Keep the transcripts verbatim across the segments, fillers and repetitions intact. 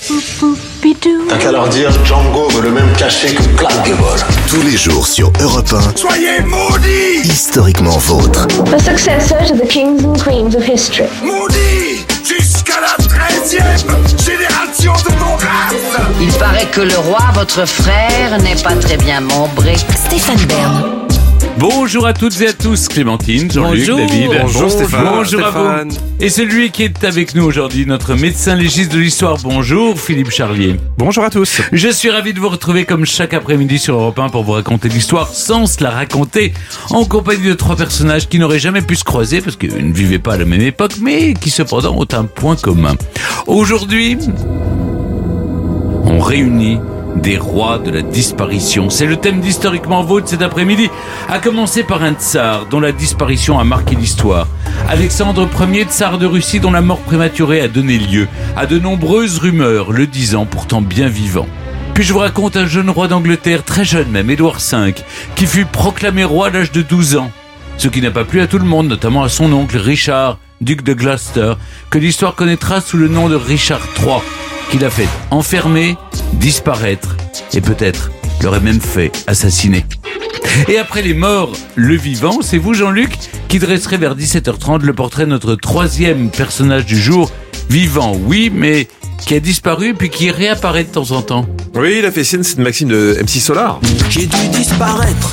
T'as qu'à leur dire Django veut le même cachet que Clark Gable. Tous les jours sur Europe un. Soyez maudits! Historiquement vôtre. The successor to the kings and queens of history. Maudits! Jusqu'à la treizième génération de mon race! Il paraît que le roi, votre frère, n'est pas très bien membré. Stéphane Bern. Bonjour à toutes et à tous, Clémentine, Jean-Luc, Bonjour. David. Bonjour Stéphane. Bonjour à Stéphane. vous. Et celui qui est avec nous aujourd'hui, notre médecin légiste de l'histoire. Bonjour, Philippe Charlier. Bonjour à tous. Je suis ravi de vous retrouver comme chaque après-midi sur Europe un pour vous raconter l'histoire sans se la raconter, en compagnie de trois personnages qui n'auraient jamais pu se croiser parce qu'ils ne vivaient pas à la même époque, mais qui cependant ont un point commun. Aujourd'hui, on réunit des rois de la disparition. C'est le thème d'Historiquement Vôtre cet après-midi, à commencer par un tsar dont la disparition a marqué l'histoire. Alexandre Ier, tsar de Russie, dont la mort prématurée a donné lieu à de nombreuses rumeurs, le disant pourtant bien vivant. Puis je vous raconte un jeune roi d'Angleterre, très jeune même, Édouard cinq, qui fut proclamé roi à l'âge de douze ans. Ce qui n'a pas plu à tout le monde, notamment à son oncle Richard, duc de Gloucester, que l'histoire connaîtra sous le nom de Richard trois, qu'il a fait enfermer, disparaître et peut-être l'aurait même fait assassiner. Et après les morts, le vivant, c'est vous Jean-Luc qui dresserez vers dix-sept heures trente le portrait de notre troisième personnage du jour, vivant oui, mais qui a disparu puis qui réapparaît de temps en temps. Oui, la fessienne, c'est une maxime de M six Solar. J'ai dû disparaître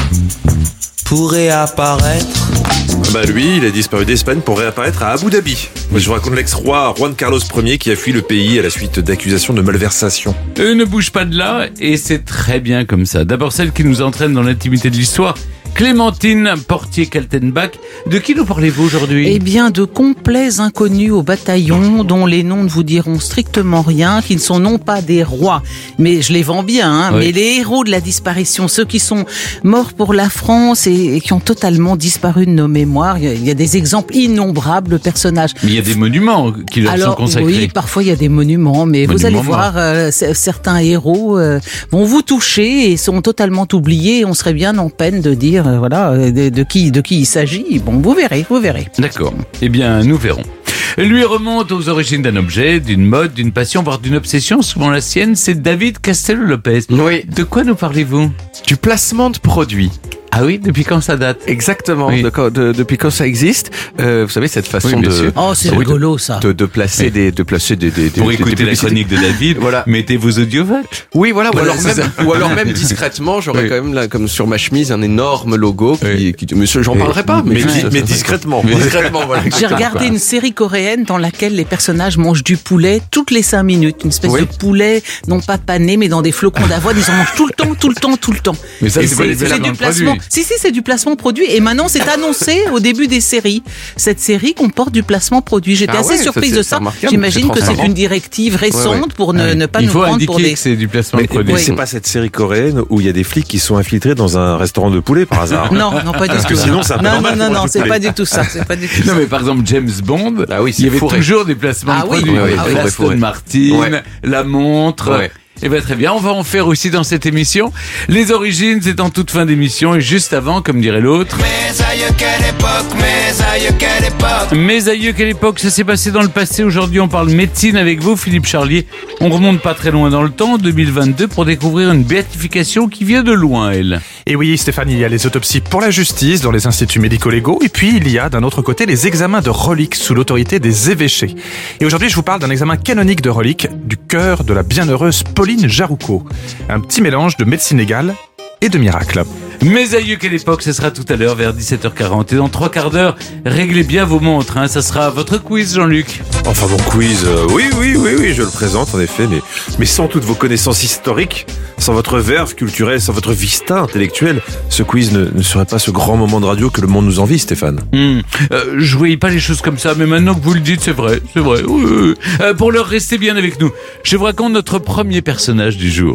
pour réapparaître. Bah lui, il a disparu d'Espagne pour réapparaître à Abu Dhabi. Moi, je vous raconte l'ex-roi Juan Carlos Ier qui a fui le pays à la suite d'accusations de malversation. Eux ne bougent pas de là et c'est très bien comme ça. D'abord celle qui nous entraîne dans l'intimité de l'histoire, Clémentine Portier-Kaltenbach. De qui nous parlez-vous aujourd'hui ? Eh bien, de complets inconnus au bataillon, dont les noms ne vous diront strictement rien, qui ne sont non pas des rois, mais je les vends bien, hein, oui. mais les héros de la disparition, ceux qui sont morts pour la France et, et qui ont totalement disparu de nos mémoires. Il y a, il y a des exemples innombrables de personnages. Mais il y a des monuments qui leur Alors, sont consacrés. oui, parfois il y a des monuments, mais Monuments vous allez morts. voir, euh, c- certains héros euh, vont vous toucher et sont totalement oubliés. Et on serait bien en peine de dire, euh, voilà, euh, de, de qui, de qui il s'agit. Bon, vous verrez, vous verrez. D'accord. Eh bien, nous verrons. Lui remonte aux origines d'un objet, d'une mode, d'une passion, voire d'une obsession, souvent la sienne, c'est David Castello-Lopez. Oui. De quoi nous parlez-vous ? Du placement de produits. Ah oui, depuis quand ça date ? Exactement. Oui. De, quand- de- depuis quand ça existe, euh, vous savez cette façon Oui, bien de, sûr. Oh, c'est oui, rigolo ça. de, de placer Oui. des, de placer des, des, des Pour des- écouter des la publicités. chronique de David, Voilà. mettez vos audiovacs. Oui, voilà. Ou, Voilà, alors c'est même, ou alors même discrètement, j'aurais Oui. quand même là, comme sur ma chemise un énorme logo qui, Oui. qui monsieur, j'en Oui. parlerai pas, mais, Mais, juste, di- ça- mais ça- discrètement. Mais discrètement, voilà. J'ai exactement. regardé une série coréenne dans laquelle les personnages mangent du poulet toutes les cinq minutes. Une espèce Oui. de poulet, non pas pané, mais dans des flocons d'avoine. Ils en mangent tout le temps, tout le temps, tout le temps. Mais ça, Et c'est pas les c'est placements du de placement. produits. Si, si, c'est du placement produit. Et maintenant, c'est annoncé au début des séries. Cette série comporte du placement produit. J'étais Ah assez ouais, ça, surprise c'est- de c'est ça. remarquable, J'imagine c'est que c'est transparent. une directive récente Ouais, ouais. pour ne, ne pas Il nous faut prendre indiquer pour des... que c'est du placement Mais, de produits. mais c'est pas cette série coréenne où il y a des flics qui sont infiltrés dans un restaurant de poulet par hasard. Non, non, pas du Parce tout. que sinon, c'est un peu Non, normal non, pour non, le non, c'est poulet. pas du tout ça. C'est pas du tout Non ça. mais par exemple James Bond, Ah oui, il y c'est avait fourré. toujours des placements Ah de oui, produits. oui, ah oui. La fourré, Aston fourré. Martin, Ouais. la montre. Ouais. Et bien très bien, on va en faire aussi dans cette émission. Les origines, c'est en toute fin d'émission et juste avant, comme dirait l'autre. Mes aïeux, quelle époque, mes aïeux, quelle époque. Mes aïeux, quelle époque, ça s'est passé dans le passé. Aujourd'hui, on parle médecine avec vous, Philippe Charlier. On remonte pas très loin dans le temps, deux mille vingt-deux, pour découvrir une béatification qui vient de loin, elle. Et oui, Stéphane, il y a les autopsies pour la justice dans les instituts médico-légaux, et puis il y a d'un autre côté les examens de reliques sous l'autorité des évêchés. Et aujourd'hui, je vous parle d'un examen canonique de reliques du cœur de la bienheureuse Pauline Jarouco. Un petit mélange de médecine légale et de miracle. Mes aïeux, quelle époque, ce sera tout à l'heure vers dix-sept heures quarante. Et dans trois quarts d'heure, réglez bien vos montres, hein. Ça sera votre quiz, Jean-Luc. Enfin bon quiz, euh, oui, oui, oui, oui, je le présente en effet, mais, mais sans toutes vos connaissances historiques, sans votre verve culturelle, sans votre vista intellectuelle, ce quiz ne, ne serait pas ce grand moment de radio que le monde nous envie, Stéphane. Hmm. Euh, je voyais pas les choses comme ça, mais maintenant que vous le dites, c'est vrai, c'est vrai. Oui, oui, oui. Euh, pour l'heure, restez bien avec nous. Je vous raconte notre premier personnage du jour.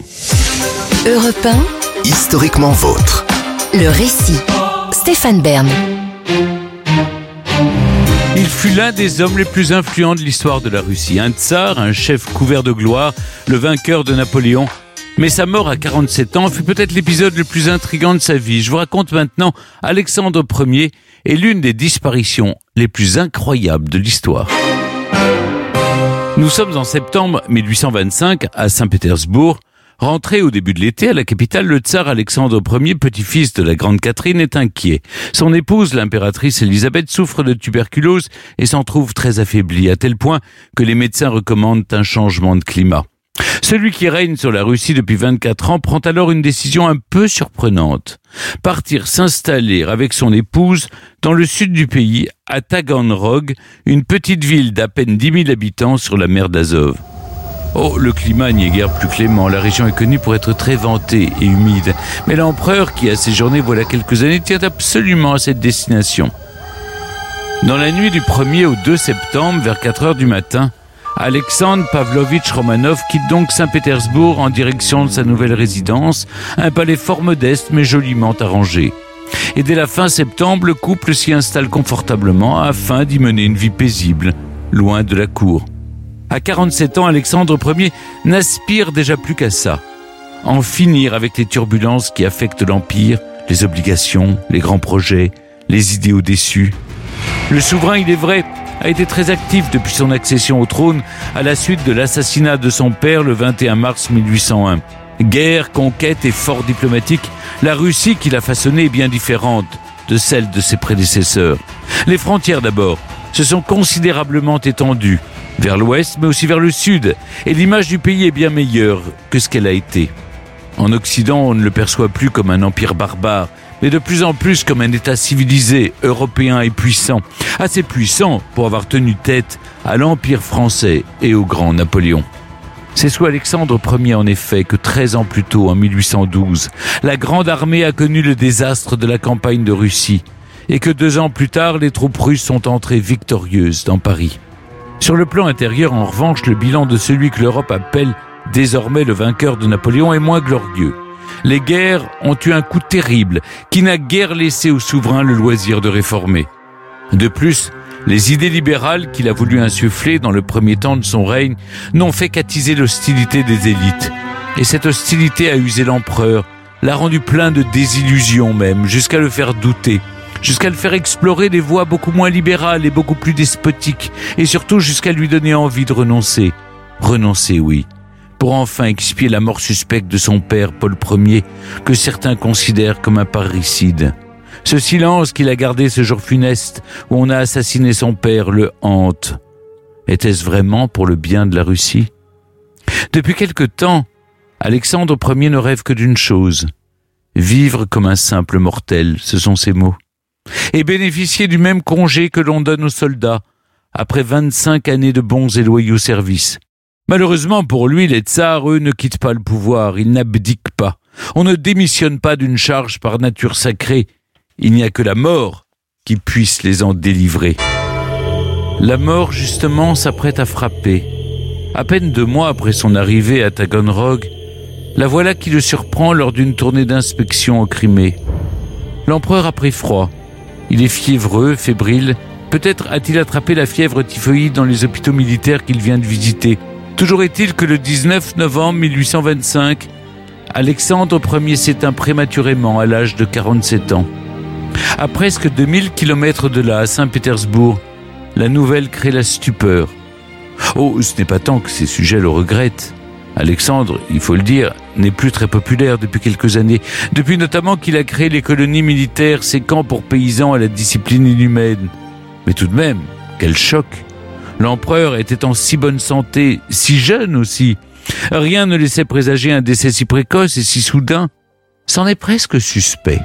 Europe un, Historiquement vôtre. le récit. Stéphane Bern. Il fut l'un des hommes les plus influents de l'histoire de la Russie. Un tsar, un chef couvert de gloire, le vainqueur de Napoléon. Mais sa mort à quarante-sept ans fut peut-être l'épisode le plus intrigant de sa vie. Je vous raconte maintenant Alexandre Ier et l'une des disparitions les plus incroyables de l'histoire. Nous sommes en septembre mille huit cent vingt-cinq à Saint-Pétersbourg. Rentré au début de l'été à la capitale, le tsar Alexandre Ier, petit-fils de la grande Catherine, est inquiet. Son épouse, l'impératrice Élisabeth, souffre de tuberculose et s'en trouve très affaiblie, à tel point que les médecins recommandent un changement de climat. Celui qui règne sur la Russie depuis vingt-quatre ans prend alors une décision un peu surprenante. Partir s'installer avec son épouse dans le sud du pays, à Taganrog, une petite ville d'à peine dix mille habitants sur la mer d'Azov. Oh, le climat n'y est guère plus clément. La région est connue pour être très ventée et humide. Mais l'empereur, qui a séjourné voilà quelques années, tient absolument à cette destination. Dans la nuit du premier au deux septembre, vers quatre heures du matin, Alexandre Pavlovitch Romanov quitte donc Saint-Pétersbourg en direction de sa nouvelle résidence, un palais fort modeste mais joliment arrangé. Et dès la fin septembre, le couple s'y installe confortablement afin d'y mener une vie paisible, loin de la cour. À quarante-sept ans, Alexandre Ier n'aspire déjà plus qu'à ça. En finir avec les turbulences qui affectent l'Empire, les obligations, les grands projets, les idéaux déçus. Le souverain, il est vrai, a été très actif depuis son accession au trône à la suite de l'assassinat de son père le vingt et un mars mille huit cent un. Guerre, conquête et fort diplomatique, la Russie qu'il a façonnée est bien différente de celle de ses prédécesseurs. Les frontières d'abord se sont considérablement étendues vers l'ouest mais aussi vers le sud et l'image du pays est bien meilleure que ce qu'elle a été. En Occident, on ne le perçoit plus comme un empire barbare, mais de plus en plus comme un État civilisé, européen et puissant, assez puissant pour avoir tenu tête à l'Empire français et au grand Napoléon. C'est sous Alexandre Ier en effet que treize ans plus tôt, en mille huit cent douze, la Grande Armée a connu le désastre de la campagne de Russie et que deux ans plus tard, les troupes russes sont entrées victorieuses dans Paris. Sur le plan intérieur, en revanche, le bilan de celui que l'Europe appelle désormais le vainqueur de Napoléon est moins glorieux. Les guerres ont eu un coup terrible qui n'a guère laissé au souverain le loisir de réformer. De plus, les idées libérales qu'il a voulu insuffler dans le premier temps de son règne n'ont fait qu'attiser l'hostilité des élites. Et cette hostilité a usé l'empereur, l'a rendu plein de désillusions même, jusqu'à le faire douter, jusqu'à le faire explorer des voies beaucoup moins libérales et beaucoup plus despotiques, et surtout jusqu'à lui donner envie de renoncer. Renoncer, oui, pour enfin expier la mort suspecte de son père, Paul Ier, que certains considèrent comme un parricide. Ce silence qu'il a gardé ce jour funeste où on a assassiné son père le hante. Était-ce vraiment pour le bien de la Russie ? Depuis quelque temps, Alexandre Ier ne rêve que d'une chose. Vivre comme un simple mortel, ce sont ses mots. Et bénéficier du même congé que l'on donne aux soldats, après vingt-cinq années de bons et loyaux services. Malheureusement pour lui, les tsars, eux, ne quittent pas le pouvoir, ils n'abdiquent pas. On ne démissionne pas d'une charge par nature sacrée. Il n'y a que la mort qui puisse les en délivrer. La mort, justement, s'apprête à frapper. À peine deux mois après son arrivée à Taganrog, la voilà qui le surprend lors d'une tournée d'inspection en Crimée. L'empereur a pris froid. Il est fiévreux, fébrile. Peut-être a-t-il attrapé la fièvre typhoïde dans les hôpitaux militaires qu'il vient de visiter. Toujours est-il que le dix-neuf novembre mille huit cent vingt-cinq, Alexandre Ier s'éteint prématurément à l'âge de quarante-sept ans. À presque deux mille kilomètres de là, à Saint-Pétersbourg, la nouvelle crée la stupeur. Oh, ce n'est pas tant que ses sujets le regrettent. Alexandre, il faut le dire, n'est plus très populaire depuis quelques années, depuis notamment qu'il a créé les colonies militaires, ces camps pour paysans à la discipline inhumaine. Mais tout de même, quel choc! L'empereur était en si bonne santé, si jeune aussi. Rien ne laissait présager un décès si précoce et si soudain. C'en est presque suspect.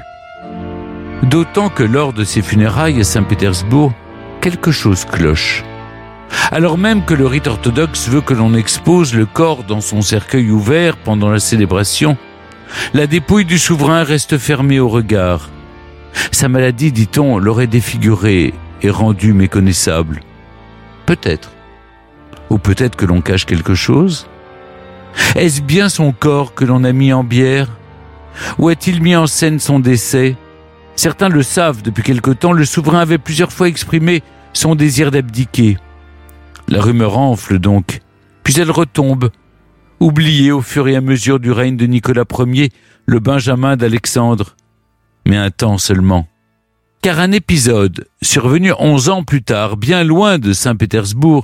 D'autant que lors de ses funérailles à Saint-Pétersbourg, quelque chose cloche. Alors même que le rite orthodoxe veut que l'on expose le corps dans son cercueil ouvert pendant la célébration, la dépouille du souverain reste fermée au regard. Sa maladie, dit-on, l'aurait défiguré et rendu méconnaissable. Peut-être. Ou peut-être que l'on cache quelque chose ? Est-ce bien son corps que l'on a mis en bière ? Ou a-t-il mis en scène son décès ? Certains le savent, depuis quelque temps, le souverain avait plusieurs fois exprimé son désir d'abdiquer. La rumeur enfle donc, puis elle retombe, oubliée au fur et à mesure du règne de Nicolas Ier, le Benjamin d'Alexandre. Mais un temps seulement. Car un épisode, survenu onze ans plus tard, bien loin de Saint-Pétersbourg,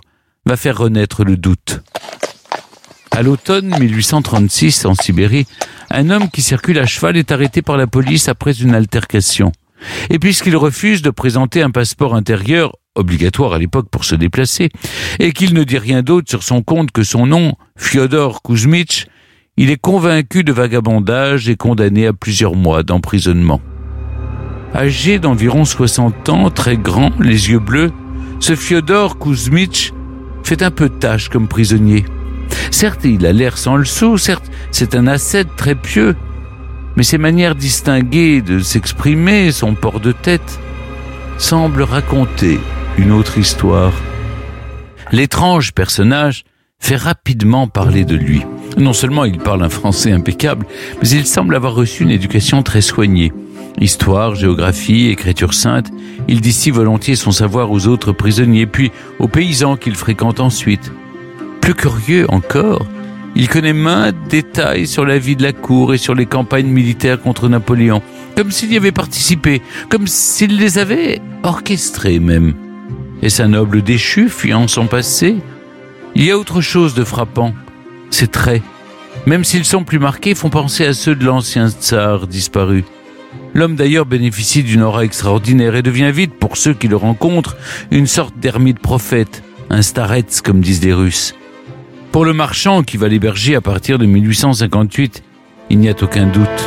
va faire renaître le doute. À l'automne mille huit cent trente-six, en Sibérie, un homme qui circule à cheval est arrêté par la police après une altercation. Et puisqu'il refuse de présenter un passeport intérieur, obligatoire à l'époque pour se déplacer, et qu'il ne dit rien d'autre sur son compte que son nom, Fyodor Kuzmich, il est convaincu de vagabondage et condamné à plusieurs mois d'emprisonnement. Âgé d'environ soixante ans, très grand, les yeux bleus, ce Fyodor Kuzmich fait un peu tâche comme prisonnier. Certes, il a l'air sans le sou, certes, c'est un ascète très pieux, mais ses manières distinguées de s'exprimer, son port de tête, semblent raconter une autre histoire. L'étrange personnage fait rapidement parler de lui. Non seulement il parle un français impeccable, mais il semble avoir reçu une éducation très soignée. Histoire, géographie, écriture sainte, il dissit volontiers son savoir aux autres prisonniers, puis aux paysans qu'il fréquente ensuite. Plus curieux encore, il connaît maints détails sur la vie de la cour et sur les campagnes militaires contre Napoléon, comme s'il y avait participé, comme s'il les avait orchestrées même. Est-ce un noble déchu, fuyant son passé ? Il y a autre chose de frappant. Ses traits, même s'ils sont plus marqués, font penser à ceux de l'ancien tsar disparu. L'homme d'ailleurs bénéficie d'une aura extraordinaire et devient vite, pour ceux qui le rencontrent, une sorte d'ermite prophète, un starets comme disent les Russes. Pour le marchand qui va l'héberger à partir de mille huit cent cinquante-huit, il n'y a aucun doute.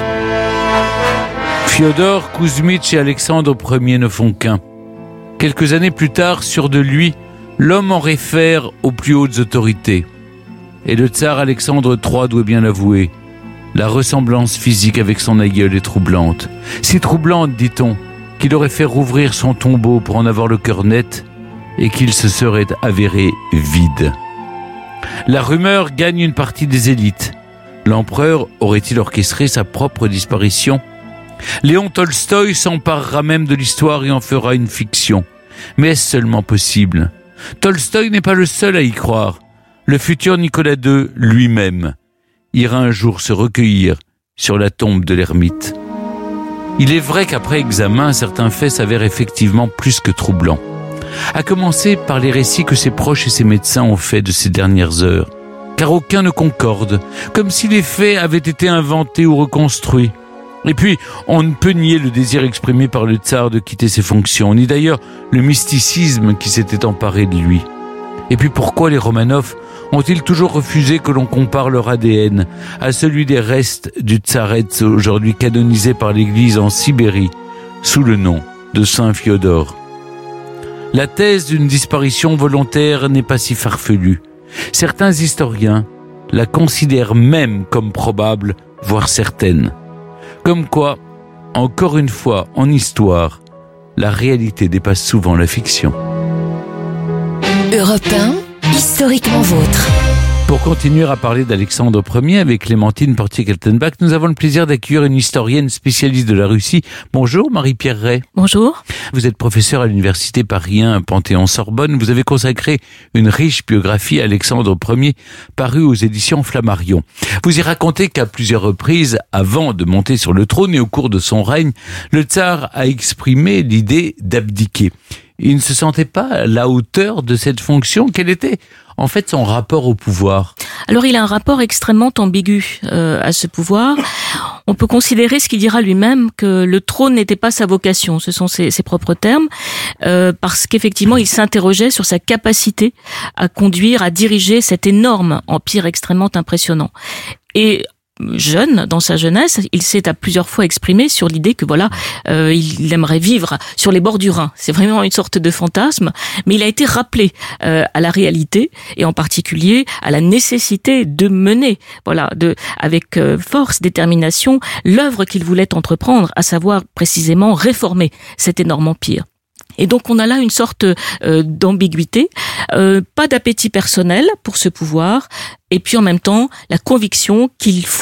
Fyodor Kuzmich et Alexandre Ier ne font qu'un. Quelques années plus tard, sûr de lui, l'homme en réfère aux plus hautes autorités. Et le tsar Alexandre trois doit bien l'avouer, la ressemblance physique avec son aïeul est troublante. Si troublante, dit-on, qu'il aurait fait rouvrir son tombeau pour en avoir le cœur net et qu'il se serait avéré vide. La rumeur gagne une partie des élites. L'empereur aurait-il orchestré sa propre disparition ? Léon Tolstoï s'emparera même de l'histoire et en fera une fiction. Mais est-ce seulement possible ? Tolstoï n'est pas le seul à y croire. Le futur Nicolas deux, lui-même, ira un jour se recueillir sur la tombe de l'ermite. Il est vrai qu'après examen, certains faits s'avèrent effectivement plus que troublants. À commencer par les récits que ses proches et ses médecins ont faits de ces dernières heures. Car aucun ne concorde, comme si les faits avaient été inventés ou reconstruits. Et puis, on ne peut nier le désir exprimé par le tsar de quitter ses fonctions, ni d'ailleurs le mysticisme qui s'était emparé de lui. Et puis pourquoi les Romanov ont-ils toujours refusé que l'on compare leur A D N à celui des restes du tsarets aujourd'hui canonisé par l'Église en Sibérie, sous le nom de Saint Fyodor ? La thèse d'une disparition volontaire n'est pas si farfelue. Certains historiens la considèrent même comme probable, voire certaine. Comme quoi, encore une fois, en histoire, la réalité dépasse souvent la fiction. Europe un, historiquement vôtre. Pour continuer à parler d'Alexandre Ier avec Clémentine Portier-Kaltenbach, nous avons le plaisir d'accueillir une historienne spécialiste de la Russie. Bonjour Marie-Pierre Ray. Bonjour. Vous êtes professeure à l'université Paris un Panthéon-Sorbonne. Vous avez consacré une riche biographie à Alexandre Ier parue aux éditions Flammarion. Vous y racontez qu'à plusieurs reprises, avant de monter sur le trône et au cours de son règne, le tsar a exprimé l'idée d'abdiquer. Il ne se sentait pas à la hauteur de cette fonction. Quel était en fait son rapport au pouvoir ? Alors il a un rapport extrêmement ambigu euh, à ce pouvoir. On peut considérer ce qu'il dira lui-même que le trône n'était pas sa vocation, ce sont ses, ses propres termes, euh, parce qu'effectivement il s'interrogeait sur sa capacité à conduire, à diriger cet énorme empire extrêmement impressionnant. Et jeune, dans sa jeunesse, il s'est à plusieurs fois exprimé sur l'idée que voilà, euh, il aimerait vivre sur les bords du Rhin. C'est vraiment une sorte de fantasme, mais il a été rappelé euh, à la réalité et en particulier à la nécessité de mener, voilà, de avec euh, force, détermination, l'œuvre qu'il voulait entreprendre, à savoir précisément réformer cet énorme empire. Et donc on a là une sorte euh, d'ambiguïté, euh, pas d'appétit personnel pour ce pouvoir, et puis en même temps la conviction qu'il faut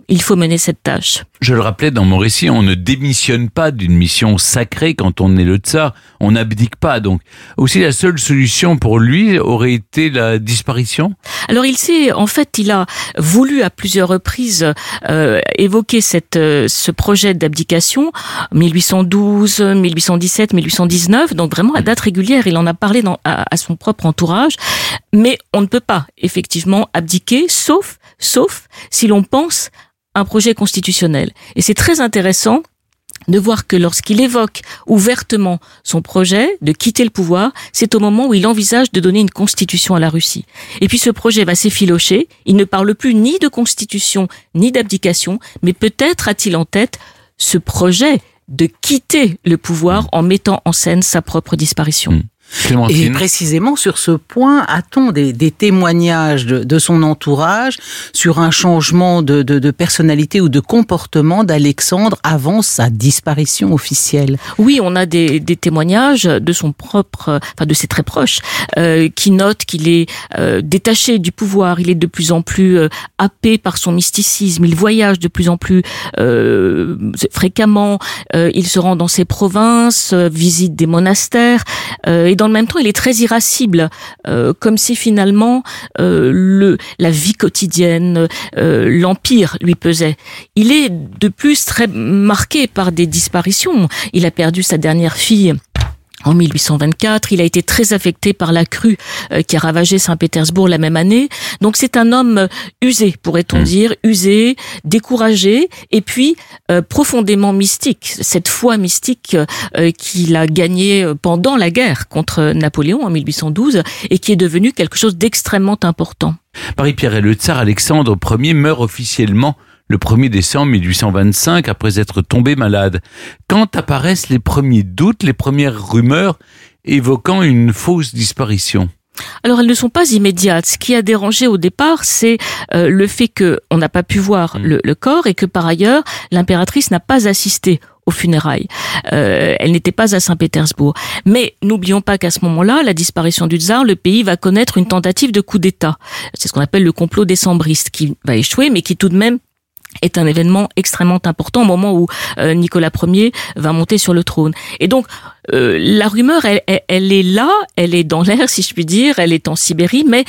il faut mener cette tâche. Je le rappelais dans mon récit, on ne démissionne pas d'une mission sacrée quand on est le tsar, on n'abdique pas. Donc, aussi la seule solution pour lui aurait été la disparition. Alors il s'est, en fait, il a voulu à plusieurs reprises euh, évoquer cette, euh, ce projet d'abdication, mille huit cent douze, mille huit cent dix-sept, mille huit cent dix-neuf, donc vraiment à date régulière, il en a parlé dans, à, à son propre entourage, mais on ne peut pas effectivement abdiquer, sauf, sauf si l'on pense un projet constitutionnel. Et c'est très intéressant de voir que lorsqu'il évoque ouvertement son projet de quitter le pouvoir, c'est au moment où il envisage de donner une constitution à la Russie. Et puis ce projet va s'effilocher, il ne parle plus ni de constitution ni d'abdication, mais peut-être a-t-il en tête ce projet de quitter le pouvoir en mettant en scène sa propre disparition. Mmh. Et précisément sur ce point, a-t-on des, des témoignages de, de son entourage sur un changement de, de, de personnalité ou de comportement d'Alexandre avant sa disparition officielle? Oui, on a des, des témoignages de son propre, enfin de ses très proches, euh, qui notent qu'il est euh, détaché du pouvoir, il est de plus en plus euh, happé par son mysticisme, il voyage de plus en plus euh, fréquemment, euh, il se rend dans ses provinces, euh, visite des monastères, euh, et dans le même temps, il est très irascible, euh, comme si finalement euh, le la vie quotidienne, euh, l'empire lui pesait. Il est de plus très marqué par des disparitions. Il a perdu sa dernière fille en mille huit cent vingt-quatre, il a été très affecté par la crue euh, qui a ravagé Saint-Pétersbourg la même année. Donc c'est un homme usé, pourrait-on mmh. dire, usé, découragé, et puis euh, profondément mystique. Cette foi mystique euh, qu'il a gagnée pendant la guerre contre Napoléon en mille huit cent douze et qui est devenue quelque chose d'extrêmement important. Marie-Pierre, et le tsar Alexandre Ier meurt officiellement le premier décembre mille huit cent vingt-cinq, après être tombé malade. Quand apparaissent les premiers doutes, les premières rumeurs évoquant une fausse disparition? Alors, elles ne sont pas immédiates. Ce qui a dérangé au départ, c'est euh, le fait qu'on n'a pas pu voir mmh. le, le corps et que, par ailleurs, l'impératrice n'a pas assisté aux funérailles. Euh, elle n'était pas à Saint-Pétersbourg. Mais n'oublions pas qu'à ce moment-là, la disparition du tsar, le pays va connaître une tentative de coup d'État. C'est ce qu'on appelle le complot décembriste, qui va échouer, mais qui tout de même est un événement extrêmement important au moment où euh, Nicolas Ier va monter sur le trône. Et donc, euh, la rumeur, elle, elle, elle est là, elle est dans l'air, si je puis dire, elle est en Sibérie, mais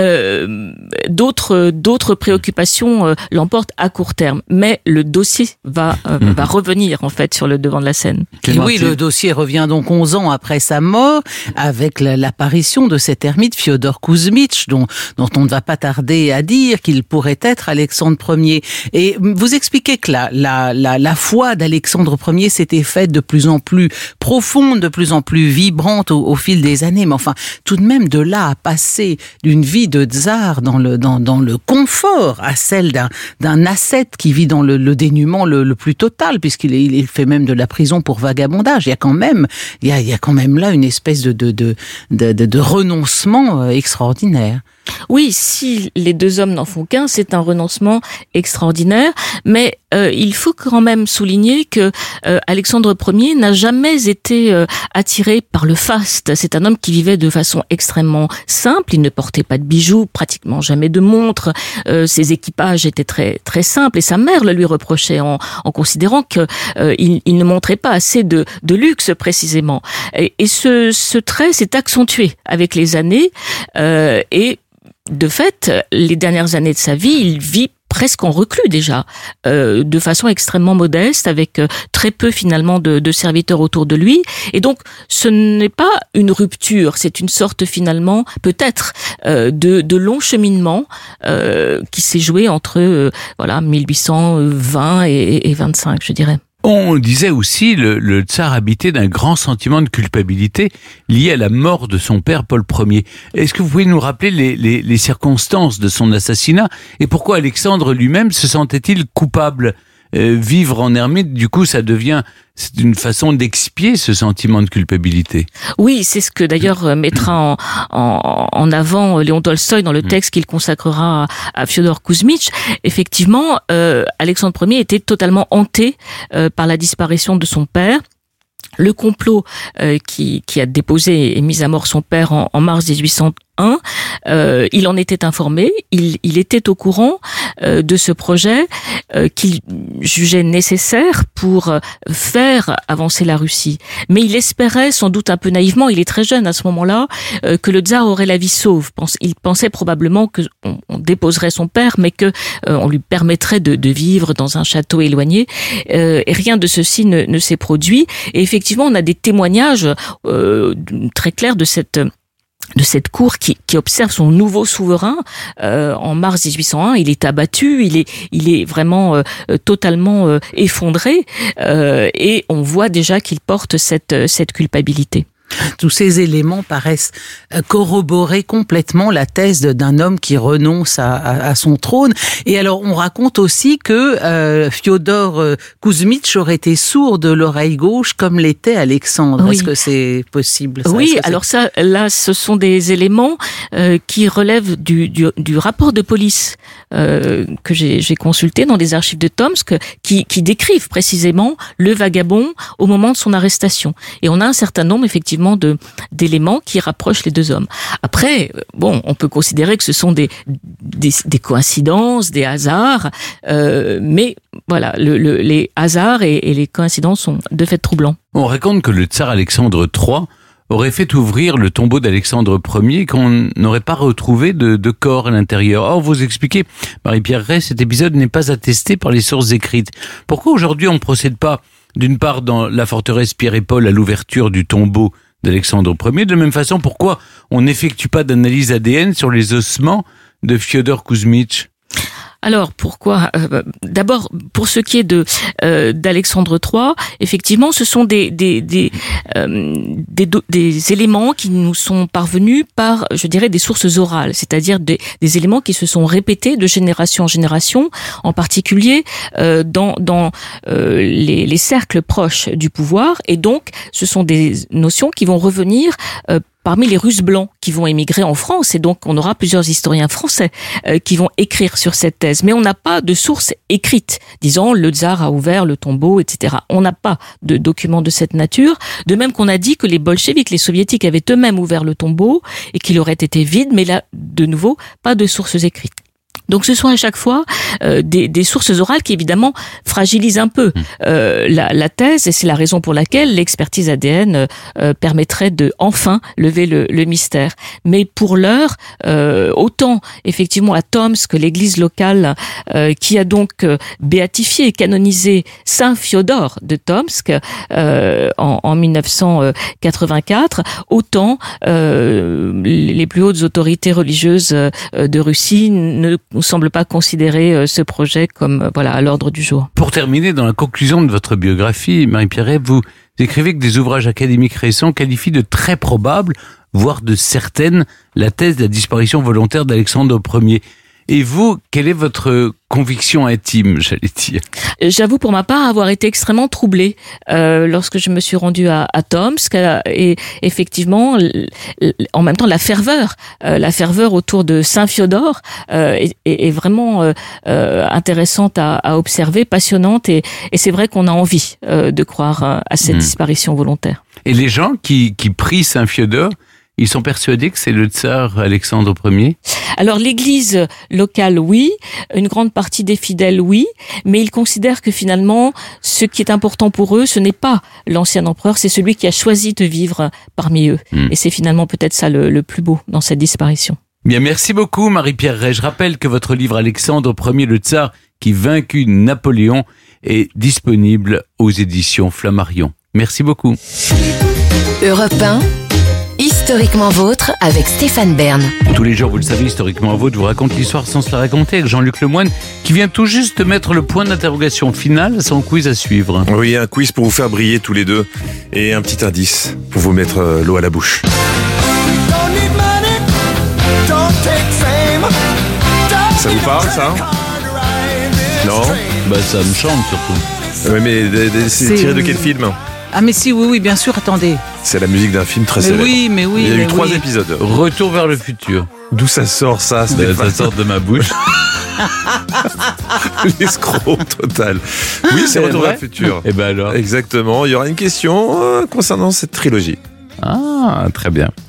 euh, d'autres d'autres préoccupations euh, l'emportent à court terme. Mais le dossier va euh, mmh. va revenir en fait sur le devant de la scène. Et oui, le dossier revient donc onze ans après sa mort, avec la, l'apparition de cet ermite Fiodor Kouzmitch, dont dont on ne va pas tarder à dire qu'il pourrait être Alexandre Ier. Et vous expliquez que la la la, la foi d'Alexandre Ier s'était faite de plus en plus profonde, de plus en plus vibrante au, au fil des années, mais enfin, tout de même de là à passer d'une vie de tsar dans le dans dans le confort à celle d'un d'un ascète qui vit dans le, le dénuement le, le plus total, puisqu'il est, il fait même de la prison pour vagabondage. Il y a quand même il y a il y a quand même là une espèce de de de de, de, de renoncement extraordinaire. Oui, si les deux hommes n'en font qu'un, c'est un renoncement extraordinaire, mais euh, il faut quand même souligner que euh, Alexandre Ier n'a jamais été euh, attiré par le faste. C'est un homme qui vivait de façon extrêmement simple, il ne portait pas de bijoux, pratiquement jamais de montres, euh, ses équipages étaient très très simples, et sa mère le lui reprochait en, en considérant que euh, il, il ne montrait pas assez de, de luxe précisément. Et, et ce, ce trait s'est accentué avec les années, euh, et de fait, les dernières années de sa vie, il vit presque en reclus déjà, euh, de façon extrêmement modeste, avec euh, très peu finalement de, de serviteurs autour de lui. Et donc, ce n'est pas une rupture, c'est une sorte finalement, peut-être, euh, de, de long cheminement euh, qui s'est joué entre euh, voilà mille huit cent vingt et, et vingt-cinq, je dirais. On disait aussi, le, le tsar habitait d'un grand sentiment de culpabilité lié à la mort de son père Paul Ier. Est-ce que vous pouvez nous rappeler les, les, les circonstances de son assassinat et pourquoi Alexandre lui-même se sentait-il coupable? Euh, vivre en ermite, du coup, ça devient c'est une façon d'expier ce sentiment de culpabilité. Oui, c'est ce que d'ailleurs mettra en, en, en avant Léon Tolstoï dans le texte qu'il consacrera à, à Fiodor Kouzmitch. Effectivement, euh, Alexandre Ier était totalement hanté euh, par la disparition de son père. Le complot euh, qui, qui a déposé et mis à mort son père en, en mars dix-huit cent un, euh, il en était informé, il, il était au courant euh, de ce projet euh, qu'il jugeait nécessaire pour euh, faire avancer la Russie. Mais il espérait, sans doute un peu naïvement, il est très jeune à ce moment-là, euh, que le tsar aurait la vie sauve. Il pensait probablement que on, on déposerait son père, mais que euh, on lui permettrait de, de vivre dans un château éloigné. Euh, et rien de ceci ne, ne s'est produit. Et effectivement, on a des témoignages euh, très clairs de cette de cette cour qui, qui observe son nouveau souverain euh, en mars dix-huit cent un. Il est abattu, il est, il est vraiment euh, totalement euh, effondré euh, et on voit déjà qu'il porte cette, cette culpabilité. Tous ces éléments paraissent corroborer complètement la thèse d'un homme qui renonce à, à, à son trône. Et alors, on raconte aussi que euh, Fiodor Kouzmitch aurait été sourd de l'oreille gauche comme l'était Alexandre. Oui. Est-ce que c'est possible ça? Oui, alors ça, là, ce sont des éléments euh, qui relèvent du, du, du rapport de police euh, que j'ai, j'ai consulté dans des archives de Tomsk, qui, qui décrivent précisément le vagabond au moment de son arrestation. Et on a un certain nombre, effectivement, de d'éléments qui rapprochent les deux hommes. Après, bon, on peut considérer que ce sont des des, des coïncidences, des hasards, euh, mais voilà, le, le, les hasards et, et les coïncidences sont de fait troublants. On raconte que le tsar Alexandre trois aurait fait ouvrir le tombeau d'Alexandre Ier et qu'on n'aurait pas retrouvé de, de corps à l'intérieur. Or, vous expliquez, Marie-Pierre Ray, cet épisode n'est pas attesté par les sources écrites. Pourquoi aujourd'hui on ne procède pas, d'une part, dans la forteresse Pierre et Paul, à l'ouverture du tombeau d'Alexandre Ier. De la même façon, pourquoi on n'effectue pas d'analyse A D N sur les ossements de Fiodor Kouzmitch? Alors pourquoi euh, D'abord, pour ce qui est de euh, d'Alexandre trois, effectivement, ce sont des des des, euh, des des éléments qui nous sont parvenus par, je dirais, des sources orales, c'est-à-dire des des éléments qui se sont répétés de génération en génération, en particulier euh, dans dans euh, les les cercles proches du pouvoir, et donc ce sont des notions qui vont revenir euh, parmi les Russes blancs qui vont émigrer en France, et donc on aura plusieurs historiens français euh, qui vont écrire sur cette thèse. Mais on n'a pas de source écrite, disant le tsar a ouvert le tombeau, et cetera. On n'a pas de documents de cette nature. De même qu'on a dit que les bolcheviks, les soviétiques, avaient eux-mêmes ouvert le tombeau et qu'il aurait été vide, mais là, de nouveau, pas de sources écrites. Donc ce sont à chaque fois euh, des, des sources orales qui évidemment fragilisent un peu euh, la, la thèse, et c'est la raison pour laquelle l'expertise A D N euh, permettrait de enfin lever le, le mystère. Mais pour l'heure, euh, autant effectivement à Tomsk que l'église locale euh, qui a donc euh, béatifié et canonisé Saint Fiodor de Tomsk euh, en, en dix-neuf cent quatre-vingt-quatre, autant euh, les plus hautes autorités religieuses euh, de Russie ne ne semble pas considérer ce projet comme voilà à l'ordre du jour. Pour terminer, dans la conclusion de votre biographie, Marie-Pierre Ray, vous écrivez que des ouvrages académiques récents qualifient de très probable, voire de certaine, la thèse de la disparition volontaire d'Alexandre Ier. Et vous, quelle est votre conviction intime, j'allais dire? J'avoue pour ma part avoir été extrêmement troublée euh, lorsque je me suis rendue à, à Tomsk, et effectivement, en même temps, la ferveur, euh, la ferveur autour de Saint Fiodor euh, est, est vraiment euh, euh, intéressante à, à observer, passionnante, et, et c'est vrai qu'on a envie euh, de croire euh, à cette mmh. disparition volontaire. Et les gens qui, qui prient Saint Fiodor, ils sont persuadés que c'est le tsar Alexandre Ier? Alors l'église locale, oui, une grande partie des fidèles, oui, mais ils considèrent que finalement, ce qui est important pour eux, ce n'est pas l'ancien empereur, c'est celui qui a choisi de vivre parmi eux. Mmh. Et c'est finalement peut-être ça le, le plus beau dans cette disparition. Bien, merci beaucoup Marie-Pierre Ray. Je rappelle que votre livre Alexandre Ier, le tsar qui vaincut Napoléon, est disponible aux éditions Flammarion. Merci beaucoup. Europe un, Historiquement Vôtre avec Stéphane Bern. Tous les jours, vous le savez, Historiquement Vôtre vous raconte l'histoire sans se la raconter, avec Jean-Luc Lemoyne, qui vient tout juste de mettre le point d'interrogation final à son quiz à suivre. Oui, un quiz pour vous faire briller tous les deux, et un petit indice pour vous mettre euh, l'eau à la bouche. Ça vous parle, ça? Non? Bah ça me chante surtout. Oui, mais c'est tiré de quel film? Ah mais si, oui, oui, bien sûr, attendez. C'est la musique d'un film très mais célèbre. Oui, mais oui, Il y a mais eu trois oui. épisodes. Retour vers le futur. D'où ça sort, ça? Ben, ça sort de ma bouche. L'escroc total. Oui, c'est Retour vers le futur. Et ben alors. Exactement. Il y aura une question euh, concernant cette trilogie. Ah, très bien.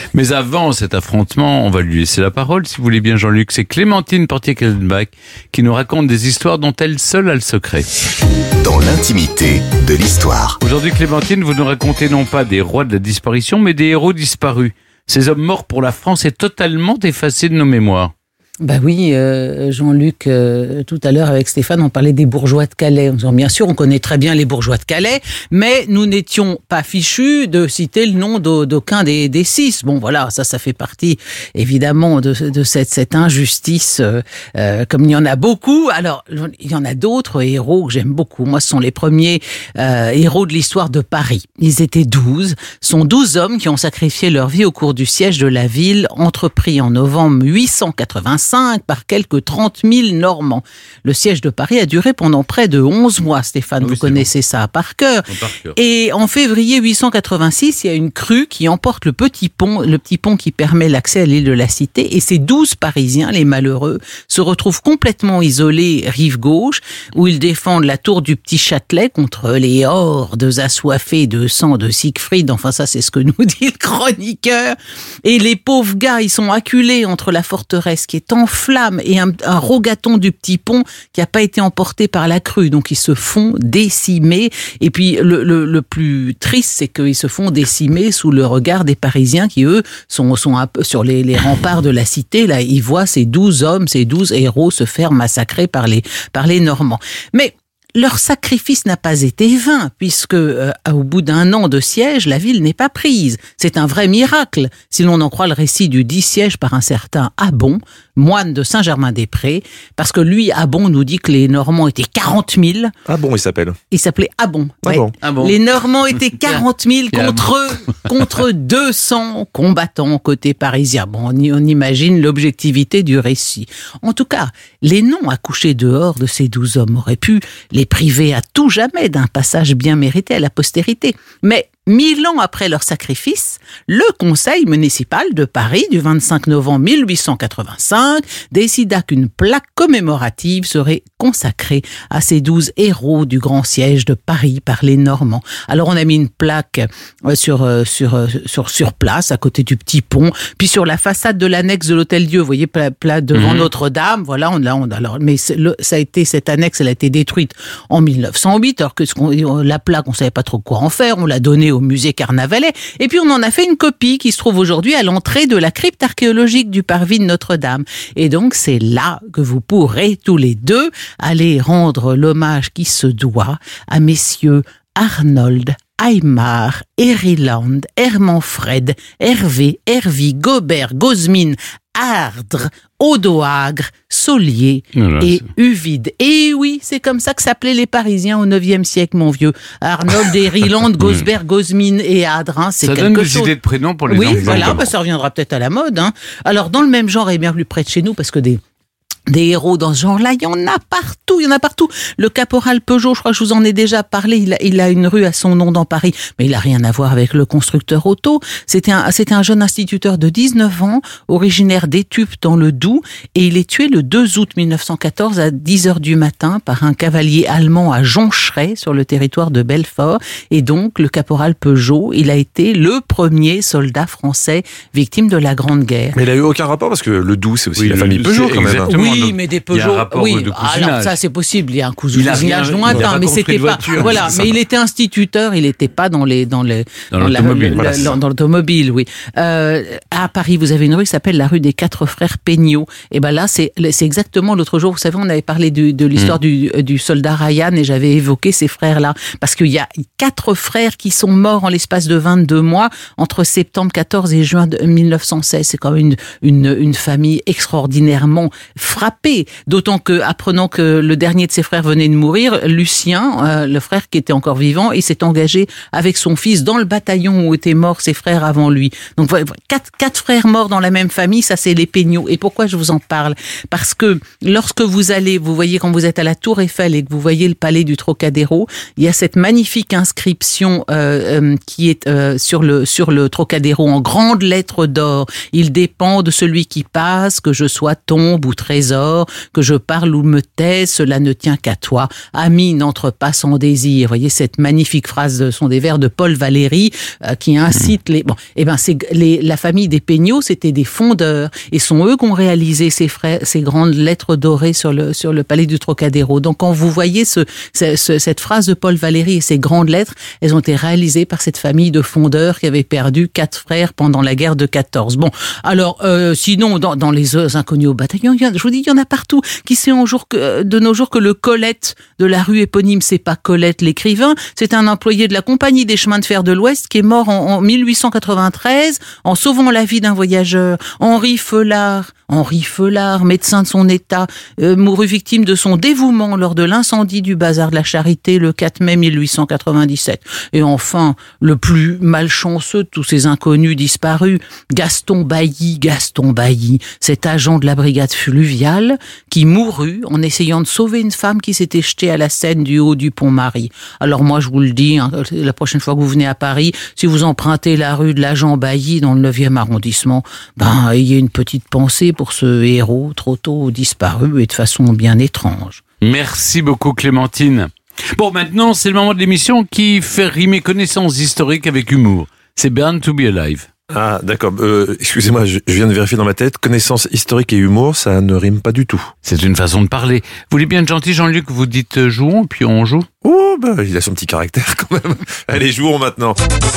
Mais avant cet affrontement, on va lui laisser la parole, si vous voulez bien Jean-Luc. C'est Clémentine Portier-Kellenbach qui nous raconte des histoires dont elle seule a le secret. Dans l'intimité de l'histoire. Aujourd'hui, Clémentine, vous nous racontez non pas des rois de la disparition, mais des héros disparus. Ces hommes morts pour la France est totalement effacés de nos mémoires. Ben oui, euh, Jean-Luc, euh, tout à l'heure avec Stéphane, on parlait des bourgeois de Calais. En disant, bien sûr, on connaît très bien les bourgeois de Calais, mais nous n'étions pas fichus de citer le nom d'aucun des, des six. Bon, voilà, ça, ça fait partie, évidemment, de, de cette, cette injustice, euh, euh, comme il y en a beaucoup. Alors, il y en a d'autres héros que j'aime beaucoup. Moi, ce sont les premiers euh, héros de l'histoire de Paris. Ils étaient douze. Ce sont douze hommes qui ont sacrifié leur vie au cours du siège de la ville, entrepris en novembre huit cent quatre-vingt-cinq par quelques trente mille Normands. Le siège de Paris a duré pendant près de onze mois, Stéphane, oui, vous connaissez bon. ça par cœur. par cœur. Et en février huit cent quatre-vingt-six, il y a une crue qui emporte le petit pont, le petit pont qui permet l'accès à l'île de la Cité, et ces douze Parisiens, les malheureux, se retrouvent complètement isolés rive gauche, où ils défendent la tour du Petit Châtelet contre les hordes assoiffées de sang de Siegfried. Enfin, ça, c'est ce que nous dit le chroniqueur. Et les pauvres gars, ils sont acculés entre la forteresse qui est en flammes et un, un rogaton du petit pont qui n'a pas été emporté par la crue. Donc, ils se font décimer. Et puis, le, le, le plus triste, c'est qu'ils se font décimer sous le regard des Parisiens qui, eux, sont, sont un peu sur les, les remparts de la cité. Là, ils voient ces douze hommes, ces douze héros se faire massacrer par les, par les Normands. Mais leur sacrifice n'a pas été vain, puisque euh, au bout d'un an de siège, la ville n'est pas prise. C'est un vrai miracle, si l'on en croit le récit du dit siège par un certain Abon, moine de Saint-Germain-des-Prés, parce que lui, Abon, nous dit que les Normands étaient quarante mille. Abon, il s'appelle. Il s'appelait Abon. Ah ouais. bon. Ah bon. Les Normands étaient quarante mille contre, contre deux cents combattants côté parisien. Bon, on, on imagine l'objectivité du récit. En tout cas, les noms accouchés dehors de ces douze hommes auraient pu les priver à tout jamais d'un passage bien mérité à la postérité. Mais mille ans après leur sacrifice, le conseil municipal de Paris du vingt-cinq novembre mille huit cent quatre-vingt-cinq décida qu'une plaque commémorative serait consacrée à ces douze héros du grand siège de Paris par les Normands. Alors on a mis une plaque sur, sur, sur, sur place, à côté du petit pont, puis sur la façade de l'annexe de l'Hôtel-Dieu, vous voyez, pla, pla, devant mmh. Notre-Dame, voilà, on a, on a, alors, mais le, ça a été, cette annexe, elle a été détruite en mille neuf cent huit, alors que ce qu'on, la plaque, on savait pas trop quoi en faire, on l'a donnée au musée Carnavalet, et puis on en a fait une copie qui se trouve aujourd'hui à l'entrée de la crypte archéologique du parvis de Notre-Dame. Et donc c'est là que vous pourrez tous les deux aller rendre l'hommage qui se doit à messieurs Arnold, Aymar, Hériland, Hermanfred, Hervé, Hervy, Gobert, Gozmine, Ardre, Odoagre, Solier voilà, et c'est... Uvide. Et oui, c'est comme ça que s'appelaient les Parisiens au neuvième siècle, mon vieux. Arnold, Hériland, Gosbert, Gozmine et Adre, hein, c'est ça quelque donne des chose. idées de prénoms pour les oui, enfants. Oui, voilà, bah, ça reviendra peut-être à la mode. Hein. Alors, dans le même genre, et bien plus près de chez nous, parce que des... Des héros dans ce genre-là, il y en a partout, il y en a partout. Le caporal Peugeot, je crois que je vous en ai déjà parlé, il a, il a une rue à son nom dans Paris, mais il a rien à voir avec le constructeur auto. C'était un, c'était un jeune instituteur de dix-neuf ans, originaire d'Étupes dans le Doubs, et il est tué le deux août mille neuf cent quatorze à dix heures du matin par un cavalier allemand à Joncheray, sur le territoire de Belfort. Et donc, le caporal Peugeot, il a été le premier soldat français victime de la Grande Guerre. Mais il a eu aucun rapport, parce que le Doubs, c'est aussi oui, la le, famille Peugeot, quand même. Oui, Oui, mais des Peugeot. Oui, de alors ça c'est possible. Il y a un cousinage lointain, mais c'était pas. Voiture, voilà, mais il était instituteur. Il n'était pas dans les dans les dans, dans l'automobile. La, voilà, dans, dans l'automobile, oui. Euh, à Paris, vous avez une rue qui s'appelle la rue des Quatre Frères Peignot. Et ben là, c'est c'est exactement l'autre jour. Vous savez, on avait parlé du, de l'histoire mmh. du du soldat Ryan et j'avais évoqué ces frères-là parce qu'il y a quatre frères qui sont morts en l'espace de vingt-deux mois entre septembre quatorze et juin mille neuf cent seize. C'est quand même une une une famille extraordinairement frappé, d'autant que, apprenant que le dernier de ses frères venait de mourir, Lucien, euh, le frère qui était encore vivant, il s'est engagé avec son fils dans le bataillon où étaient morts ses frères avant lui. Donc voilà, quatre, quatre frères morts dans la même famille, ça c'est les Peignot. Et pourquoi je vous en parle ? Parce que lorsque vous allez, vous voyez quand vous êtes à la Tour Eiffel et que vous voyez le palais du Trocadéro, il y a cette magnifique inscription euh, euh, qui est euh, sur le sur le Trocadéro en grandes lettres d'or. Il dépend de celui qui passe, que je sois tombe ou trésor, que je parle ou me taise, cela ne tient qu'à toi. Ami, n'entre pas sans désir. Vous voyez, cette magnifique phrase sont des vers de Paul Valéry euh, qui incite mmh. les... Bon, eh ben, c'est, les, la famille des Peignot, c'était des fondeurs. Et sont eux qui ont réalisé ces, frères, ces grandes lettres dorées sur le, sur le palais du Trocadéro. Donc, quand vous voyez ce, ce, ce, cette phrase de Paul Valéry et ces grandes lettres, elles ont été réalisées par cette famille de fondeurs qui avait perdu quatre frères pendant la guerre de quatorze. Bon, alors, euh, sinon, dans, dans les inconnus au bataillon, il y a, je vous dis, il y en a partout. Qui sait en jour que, de nos jours que le Colette de la rue éponyme, c'est pas Colette l'écrivain, c'est un employé de la Compagnie des chemins de fer de l'Ouest qui est mort en, en mille huit cent quatre-vingt-treize en sauvant la vie d'un voyageur. Henri Feulard, Henri Feulard, médecin de son état, euh, mourut victime de son dévouement lors de l'incendie du bazar de la Charité le quatre mai mille huit cent quatre-vingt-dix-sept. Et enfin, le plus malchanceux de tous ces inconnus disparus, Gaston Bailly, Gaston Bailly, cet agent de la brigade fluviale qui mourut en essayant de sauver une femme qui s'était jetée à la Seine du haut du pont Marie. Alors moi, je vous le dis, hein, la prochaine fois que vous venez à Paris, si vous empruntez la rue de l'agent Bailly dans le neuvième arrondissement, ben, ayez une petite pensée pour ce héros trop tôt disparu et de façon bien étrange. Merci beaucoup Clémentine. Bon, maintenant, c'est le moment de l'émission qui fait rimer connaissances historiques avec humour. C'est Born to be Alive. Ah, d'accord. Euh, excusez-moi, je, je viens de vérifier dans ma tête. Connaissances historiques et humour, ça ne rime pas du tout. C'est une façon de parler. Vous voulez bien être gentil, Jean-Luc, vous dites euh, jouons, puis on joue. Oh, bah, il a son petit caractère quand même. Allez, jouons maintenant.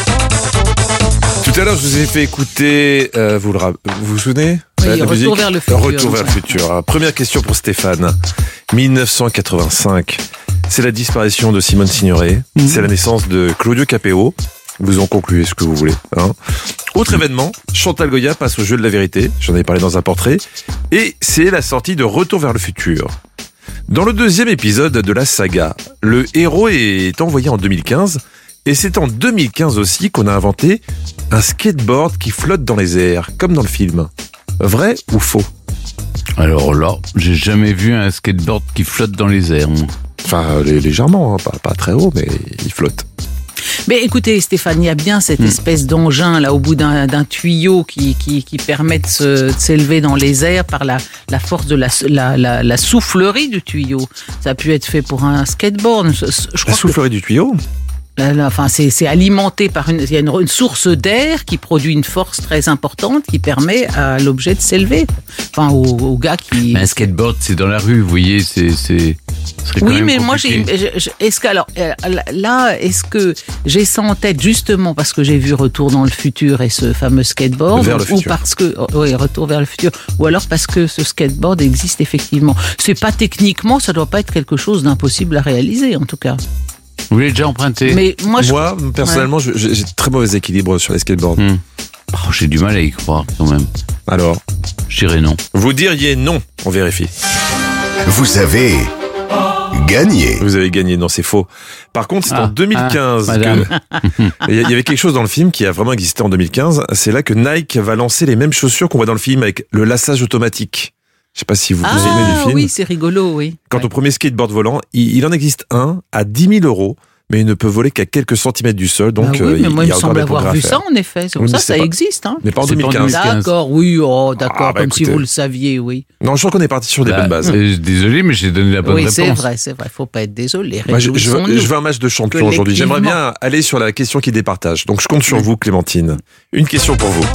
Tout à l'heure, je vous ai fait écouter, euh, vous, le, vous vous souvenez oui, la, la Retour musique vers le futur. Retour vers le futur. Première question pour Stéphane. dix-neuf cent quatre-vingt-cinq, c'est la disparition de Simone Signoret. Mmh. C'est la naissance de Claudio Capéo. Vous en concluez ce que vous voulez. Hein. Autre événement, Chantal Goya passe au jeu de la vérité. J'en ai parlé dans un portrait. Et c'est la sortie de Retour vers le futur. Dans le deuxième épisode de la saga, le héros est envoyé en deux mille quinze. Et c'est en deux mille quinze aussi qu'on a inventé un skateboard qui flotte dans les airs, comme dans le film. Vrai ou faux ? Alors là, j'ai jamais vu un skateboard qui flotte dans les airs. Enfin, légèrement, hein, pas, pas très haut, mais il flotte. Mais écoutez Stéphane, il y a bien cette espèce d'engin là au bout d'un, d'un tuyau qui, qui, qui permet de, se, de s'élever dans les airs par la, la force de la, la, la, la soufflerie du tuyau. Ça a pu être fait pour un skateboard. Je, je crois la soufflerie que... du tuyau ? Enfin, c'est, c'est alimenté par une, il y a une, une source d'air qui produit une force très importante qui permet à l'objet de s'élever. Enfin, au, au gars qui. Mais un skateboard, c'est dans la rue, vous voyez, c'est, c'est. Oui, mais moi, j'ai, je, est-ce que alors là, est-ce que j'ai ça en tête justement parce que j'ai vu Retour dans le futur et ce fameux skateboard, vers le ou futur. parce que oui, Retour vers le futur, ou alors parce que ce skateboard existe effectivement. C'est pas techniquement, ça doit pas être quelque chose d'impossible à réaliser en tout cas. Vous l'avez déjà emprunté ? Mais moi, je... moi personnellement, ouais. je, j'ai très mauvais équilibre sur les skateboards. Mmh. Oh, j'ai du mal à y croire quand même. Alors ? Je dirais non. Vous diriez non, on vérifie. Vous avez gagné. Vous avez gagné, non, c'est faux. Par contre, c'est ah, en deux mille quinze ah, que... Il y avait quelque chose dans le film qui a vraiment existé en deux mille quinze. C'est là que Nike va lancer les mêmes chaussures qu'on voit dans le film avec le lassage automatique. Je sais pas si vous vous souvenez ah, du film. Oui, c'est rigolo, oui. Quant ouais. au premier skateboard volant, il, il en existe un à dix mille euros, mais il ne peut voler qu'à quelques centimètres du sol, donc bah oui, euh, mais moi, il y il a me encore semble des avoir progrès vu à faire. ça, en effet. C'est pour Oui, ça que ça pas... existe. Hein. Mais pas en c'est deux mille quinze. D'accord, oui, oh, d'accord, ah, bah, comme écoutez. si vous le saviez, oui. Non, je crois qu'on est parti sur des bah, bonnes bases. Euh, désolé, mais j'ai donné la bonne oui, réponse. Oui, c'est vrai, c'est vrai. Faut pas être désolé. Moi, je, je, veux, je veux un match de champion aujourd'hui. J'aimerais bien aller sur la question qui départage. Donc, je compte sur vous, Clémentine. Une question pour vous.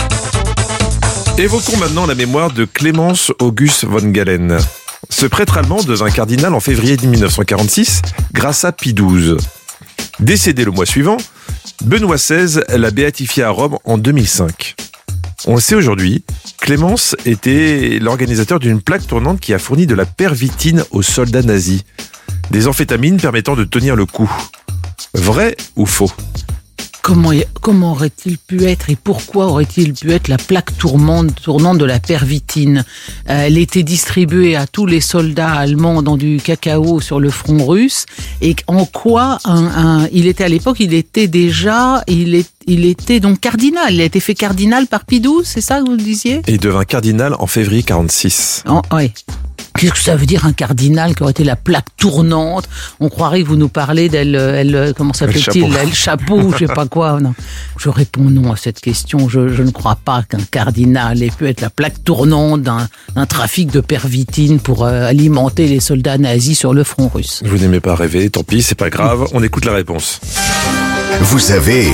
Évoquons maintenant la mémoire de Clémence August von Galen. Ce prêtre allemand devint cardinal en février dix-neuf cent quarante-six grâce à Pie douze. Décédé le mois suivant, Benoît seize l'a béatifié à Rome en deux mille cinq. On le sait aujourd'hui, Clémence était l'organisateur d'une plaque tournante qui a fourni de la pervitine aux soldats nazis, des amphétamines permettant de tenir le coup. Vrai ou faux ? Comment, comment aurait-il pu être et pourquoi aurait-il pu être la plaque tournante, tournante de la pervitine ? euh, Elle était distribuée à tous les soldats allemands dans du cacao sur le front russe. Et en quoi un, un, il était à l'époque, il était déjà, il, est, il était donc cardinal. Il a été fait cardinal par Pie douze, c'est ça que vous le disiez ? Et il devint cardinal en février quarante-six. Oh, oui. Qu'est-ce que ça veut dire un cardinal qui aurait été la plaque tournante? On croirait que vous nous parlez d'elle, elle, comment s'appelle-t-il, elle chapeau, je sais pas quoi. Non. Je réponds non à cette question. Je, je ne crois pas qu'un cardinal ait pu être la plaque tournante d'un, d'un trafic de pervitine pour euh, alimenter les soldats nazis sur le front russe. Vous n'aimez pas rêver, tant pis, c'est pas grave. On écoute la réponse. Vous avez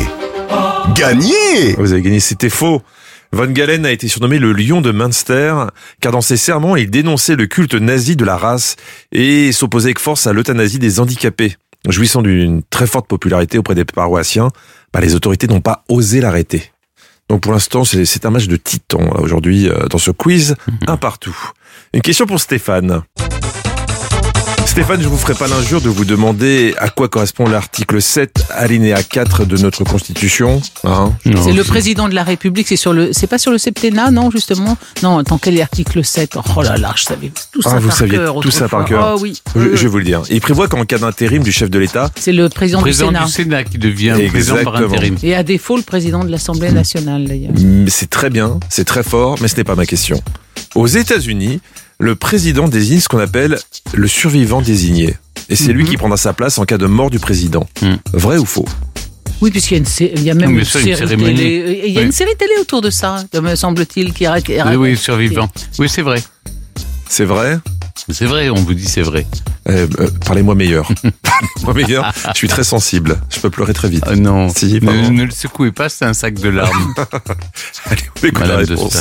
gagné. Vous avez gagné, c'était faux. Von Galen a été surnommé le lion de Münster, car dans ses sermons, il dénonçait le culte nazi de la race et s'opposait avec force à l'euthanasie des handicapés. Jouissant d'une très forte popularité auprès des paroissiens, bah, les autorités n'ont pas osé l'arrêter. Donc pour l'instant, c'est, c'est un match de titans aujourd'hui dans ce quiz, un partout. Une question pour Stéphane. Stéphane, je vous ferai pas l'injure de vous demander à quoi correspond l'article sept, alinéa quatre de notre Constitution. Hein non, c'est le président de la République, c'est sur le, c'est pas sur le septennat, non, justement? Non, attends, quel est l'article sept? Oh là là, je savais tout ça ah, par vous saviez cœur. tout ça par cœur? Oh oui. Je, je vais vous le dire. Il prévoit qu'en cas d'intérim du chef de l'État, c'est le président, le président du Sénat. du Sénat qui devient président par intérim. Et à défaut, le président de l'Assemblée nationale, d'ailleurs. C'est très bien, c'est très fort, mais ce n'est pas ma question. Aux États-Unis, le président désigne ce qu'on appelle le survivant désigné. Et c'est mm-hmm. lui qui prendra sa place en cas de mort du président. Mm. Vrai ou faux? Oui, puisqu'il y a, une sé- il y a même une, ça, série une cérémonie. Télé. Il y a oui. une série télé autour de ça, me semble-t-il, qui arrête. Oui, oui, survivant. Oui, c'est vrai. C'est vrai? C'est vrai, on vous dit c'est vrai. Euh, euh, parlez-moi meilleur. Parlez-moi meilleur. Je suis très sensible. Je peux pleurer très vite. Euh, non. Si, ne, ne le secouez pas, c'est un sac de larmes. Allez, on écoute la réponse.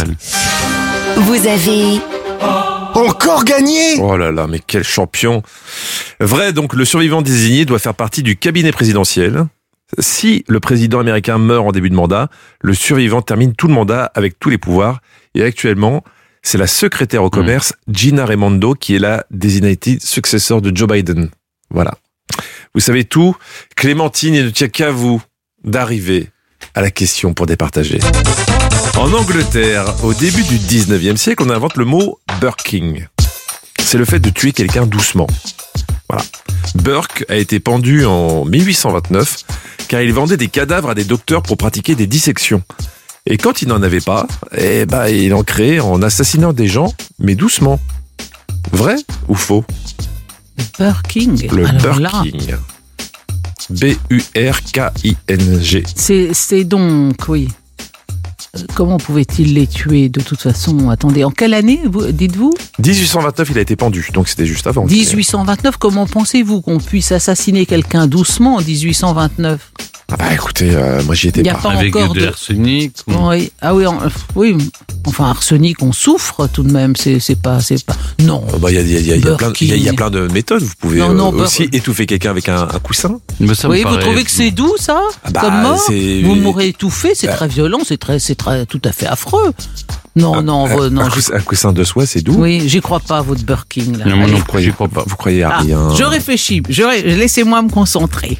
Vous avez encore gagné. Oh là là, mais quel champion. Vrai, donc le survivant désigné doit faire partie du cabinet présidentiel. Si le président américain meurt en début de mandat, le survivant termine tout le mandat avec tous les pouvoirs. Et actuellement, c'est la secrétaire au commerce, mmh. Gina Raimondo, qui est la designated successor de Joe Biden. Voilà. Vous savez tout. Clémentine, il ne tient qu'à vous d'arriver à la question pour départager. En Angleterre, au début du dix-neuvième siècle, on invente le mot burking. C'est le fait de tuer quelqu'un doucement. Voilà. Burke a été pendu en mille huit cent vingt-neuf car il vendait des cadavres à des docteurs pour pratiquer des dissections. Et quand il n'en avait pas, eh ben, il en créait en assassinant des gens, mais doucement. Vrai ou faux? Le burking. Le Alors là, burking. B U R K I N G. C'est, c'est donc, oui. Comment pouvait-il les tuer de toute façon? Attendez, en quelle année, vous, dites-vous? dix-huit cent vingt-neuf, il a été pendu, donc c'était juste avant. dix-huit cent vingt-neuf, comment pensez-vous qu'on puisse assassiner quelqu'un doucement en dix-huit cent vingt-neuf? Ah bah écoutez, euh, moi j'y étais pas. pas. pas Avec encore de, de l'arsenic ou... Oui, ah oui, en, oui. Enfin, arsenic, on souffre tout de même. C'est, c'est pas, c'est pas. Non. Il bah, y, a, y, a, y, a, y, a plein, y, a, y a plein de méthodes. Vous pouvez non, non, euh, aussi bur... étouffer quelqu'un avec un, un coussin. Mais ça oui, me vous paraît... trouvez que c'est doux ça, ah bah, comme mort? C'est... Vous mourrez étouffé, c'est bah... très violent, c'est très, c'est très, tout à fait affreux. Non, un, non, un, non. Un, coussin, un coussin de soie, c'est doux. Oui, j'y crois pas à votre burking là. Non, moi non plus, j'y crois pas. Vous croyez à ah, rien. Je réfléchis. Je, laissez-moi me concentrer.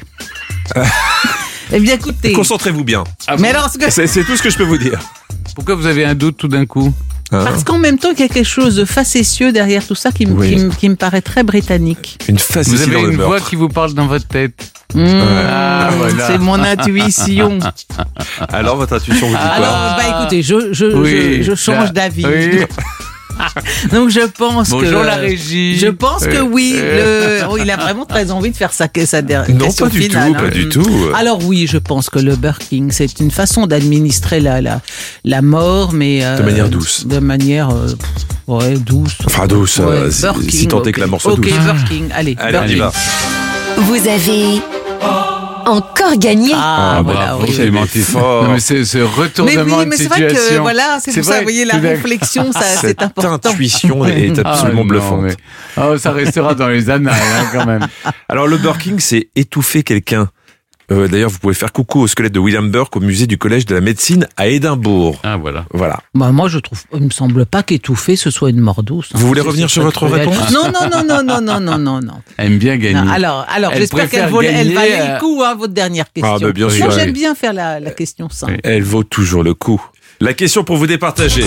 Eh bien, écoutez. Concentrez-vous bien. Ah, mais alors, que... c'est, c'est tout ce que je peux vous dire. Pourquoi vous avez un doute tout d'un coup? Hein? Parce qu'en même temps, il y a quelque chose de facétieux derrière tout ça qui, m- oui. qui, m- qui me paraît très britannique. Une facétie. Vous avez dans une le voix qui vous parle dans votre tête. Mmh, ah, voilà. C'est mon intuition. Alors, votre intuition vous dit quoi? Alors, bah écoutez, je, je, oui, je, je change ça, d'avis. Oui. Donc je pense Bonjour que Bonjour la régie. Je pense que oui, le, oh, il a vraiment très envie de faire sa, sa dernière non, question pas du finale. tout, hein. Pas du tout. Alors oui, je pense que le burking, c'est une façon d'administrer la la, la mort, mais euh, de manière douce. De manière euh, ouais douce. Enfin douce. Ouais, euh, burking, si tant est okay. que la mort soit okay, douce. Ok, burking. Allez, Allez, burking. on y va. Vous avez encore gagné. Ah, ah voilà, bravo, oui. c'est menti fort. Non, mais c'est ce retournement mais oui, mais de c'est situation. vrai que voilà, c'est, c'est pour vrai, ça, vous voyez, la réflexion, ça, c'est important. Cette intuition est absolument ah, bluffante. Non, mais... oh, ça restera dans les annales, hein, quand même. Alors, le burking, c'est étouffer quelqu'un. Euh, d'ailleurs, vous pouvez faire coucou au squelette de William Burke au musée du Collège de la Médecine à Édimbourg. Ah, voilà. Voilà. Bah, moi, je trouve, il me semble pas qu'étouffer, ce soit une mort douce. Hein. Vous voulez revenir sur votre réponse? Non, non, non, non, non, non, non, non, non. Elle aime bien gagner. Non, alors, alors, elle j'espère qu'elle vaut, elle valait le coup, hein, votre dernière question. Ah, bah, bien sûr. Moi, j'aime bien faire la, la question simple. Elle vaut toujours le coup. La question pour vous départager.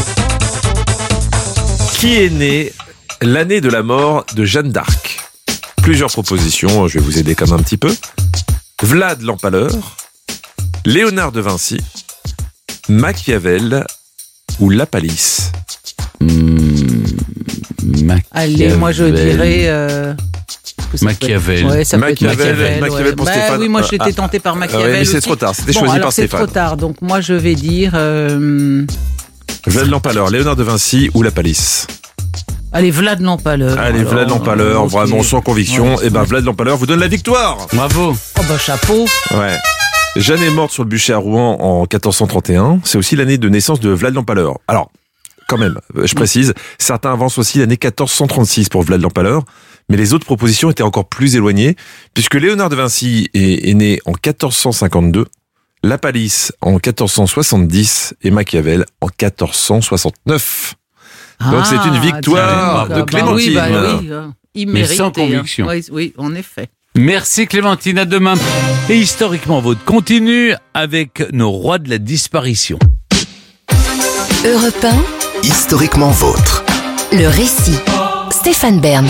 Qui est né l'année de la mort de Jeanne d'Arc? Plusieurs propositions, je vais vous aider quand même un petit peu. Vlad l'Empaleur, Léonard de Vinci, Machiavel ou La Palisse? mmh. Machiavel. Allez, moi je dirais... Euh... Machiavel. Ouais, ça Machiavel, peut être Machiavel, Machiavel ouais. pour bah, Stéphane. Oui, moi j'étais Ah, tenté par ah, Machiavel. ouais, mais c'est aussi. trop tard, c'était bon, choisi alors par c'est Stéphane. trop tard, donc moi je vais dire. Euh... Vlad l'Empaleur, Léonard de Vinci ou la Palisse? Allez, Vlad l'Empaleur. Allez, alors, Vlad l'Empaleur, euh, vraiment sans conviction. Ouais, Et ben ouais. Vlad l'Empaleur vous donne la victoire. Bravo. Oh bah chapeau. Ouais. Jeanne est morte sur le bûcher à Rouen en quatorze cent trente et un. C'est aussi l'année de naissance de Vlad l'Empaleur. Alors, quand même, je précise, certains avancent aussi l'année quatorze cent trente-six pour Vlad l'Empaleur, mais les autres propositions étaient encore plus éloignées, puisque Léonard de Vinci est, est né en quatorze cent cinquante-deux, la Palisse en quatorze cent soixante-dix et Machiavel en quatorze cent soixante-neuf. Donc Ah, c'est une victoire tiens, de bah Clémentine. oui, bah oui, euh, Mais sans immérité, hein. conviction. Oui, oui, en effet. Merci Clémentine, à demain. Et historiquement vôtre continue avec nos rois de la disparition. Europe un, Historiquement vôtre. le récit. Stéphane Bern.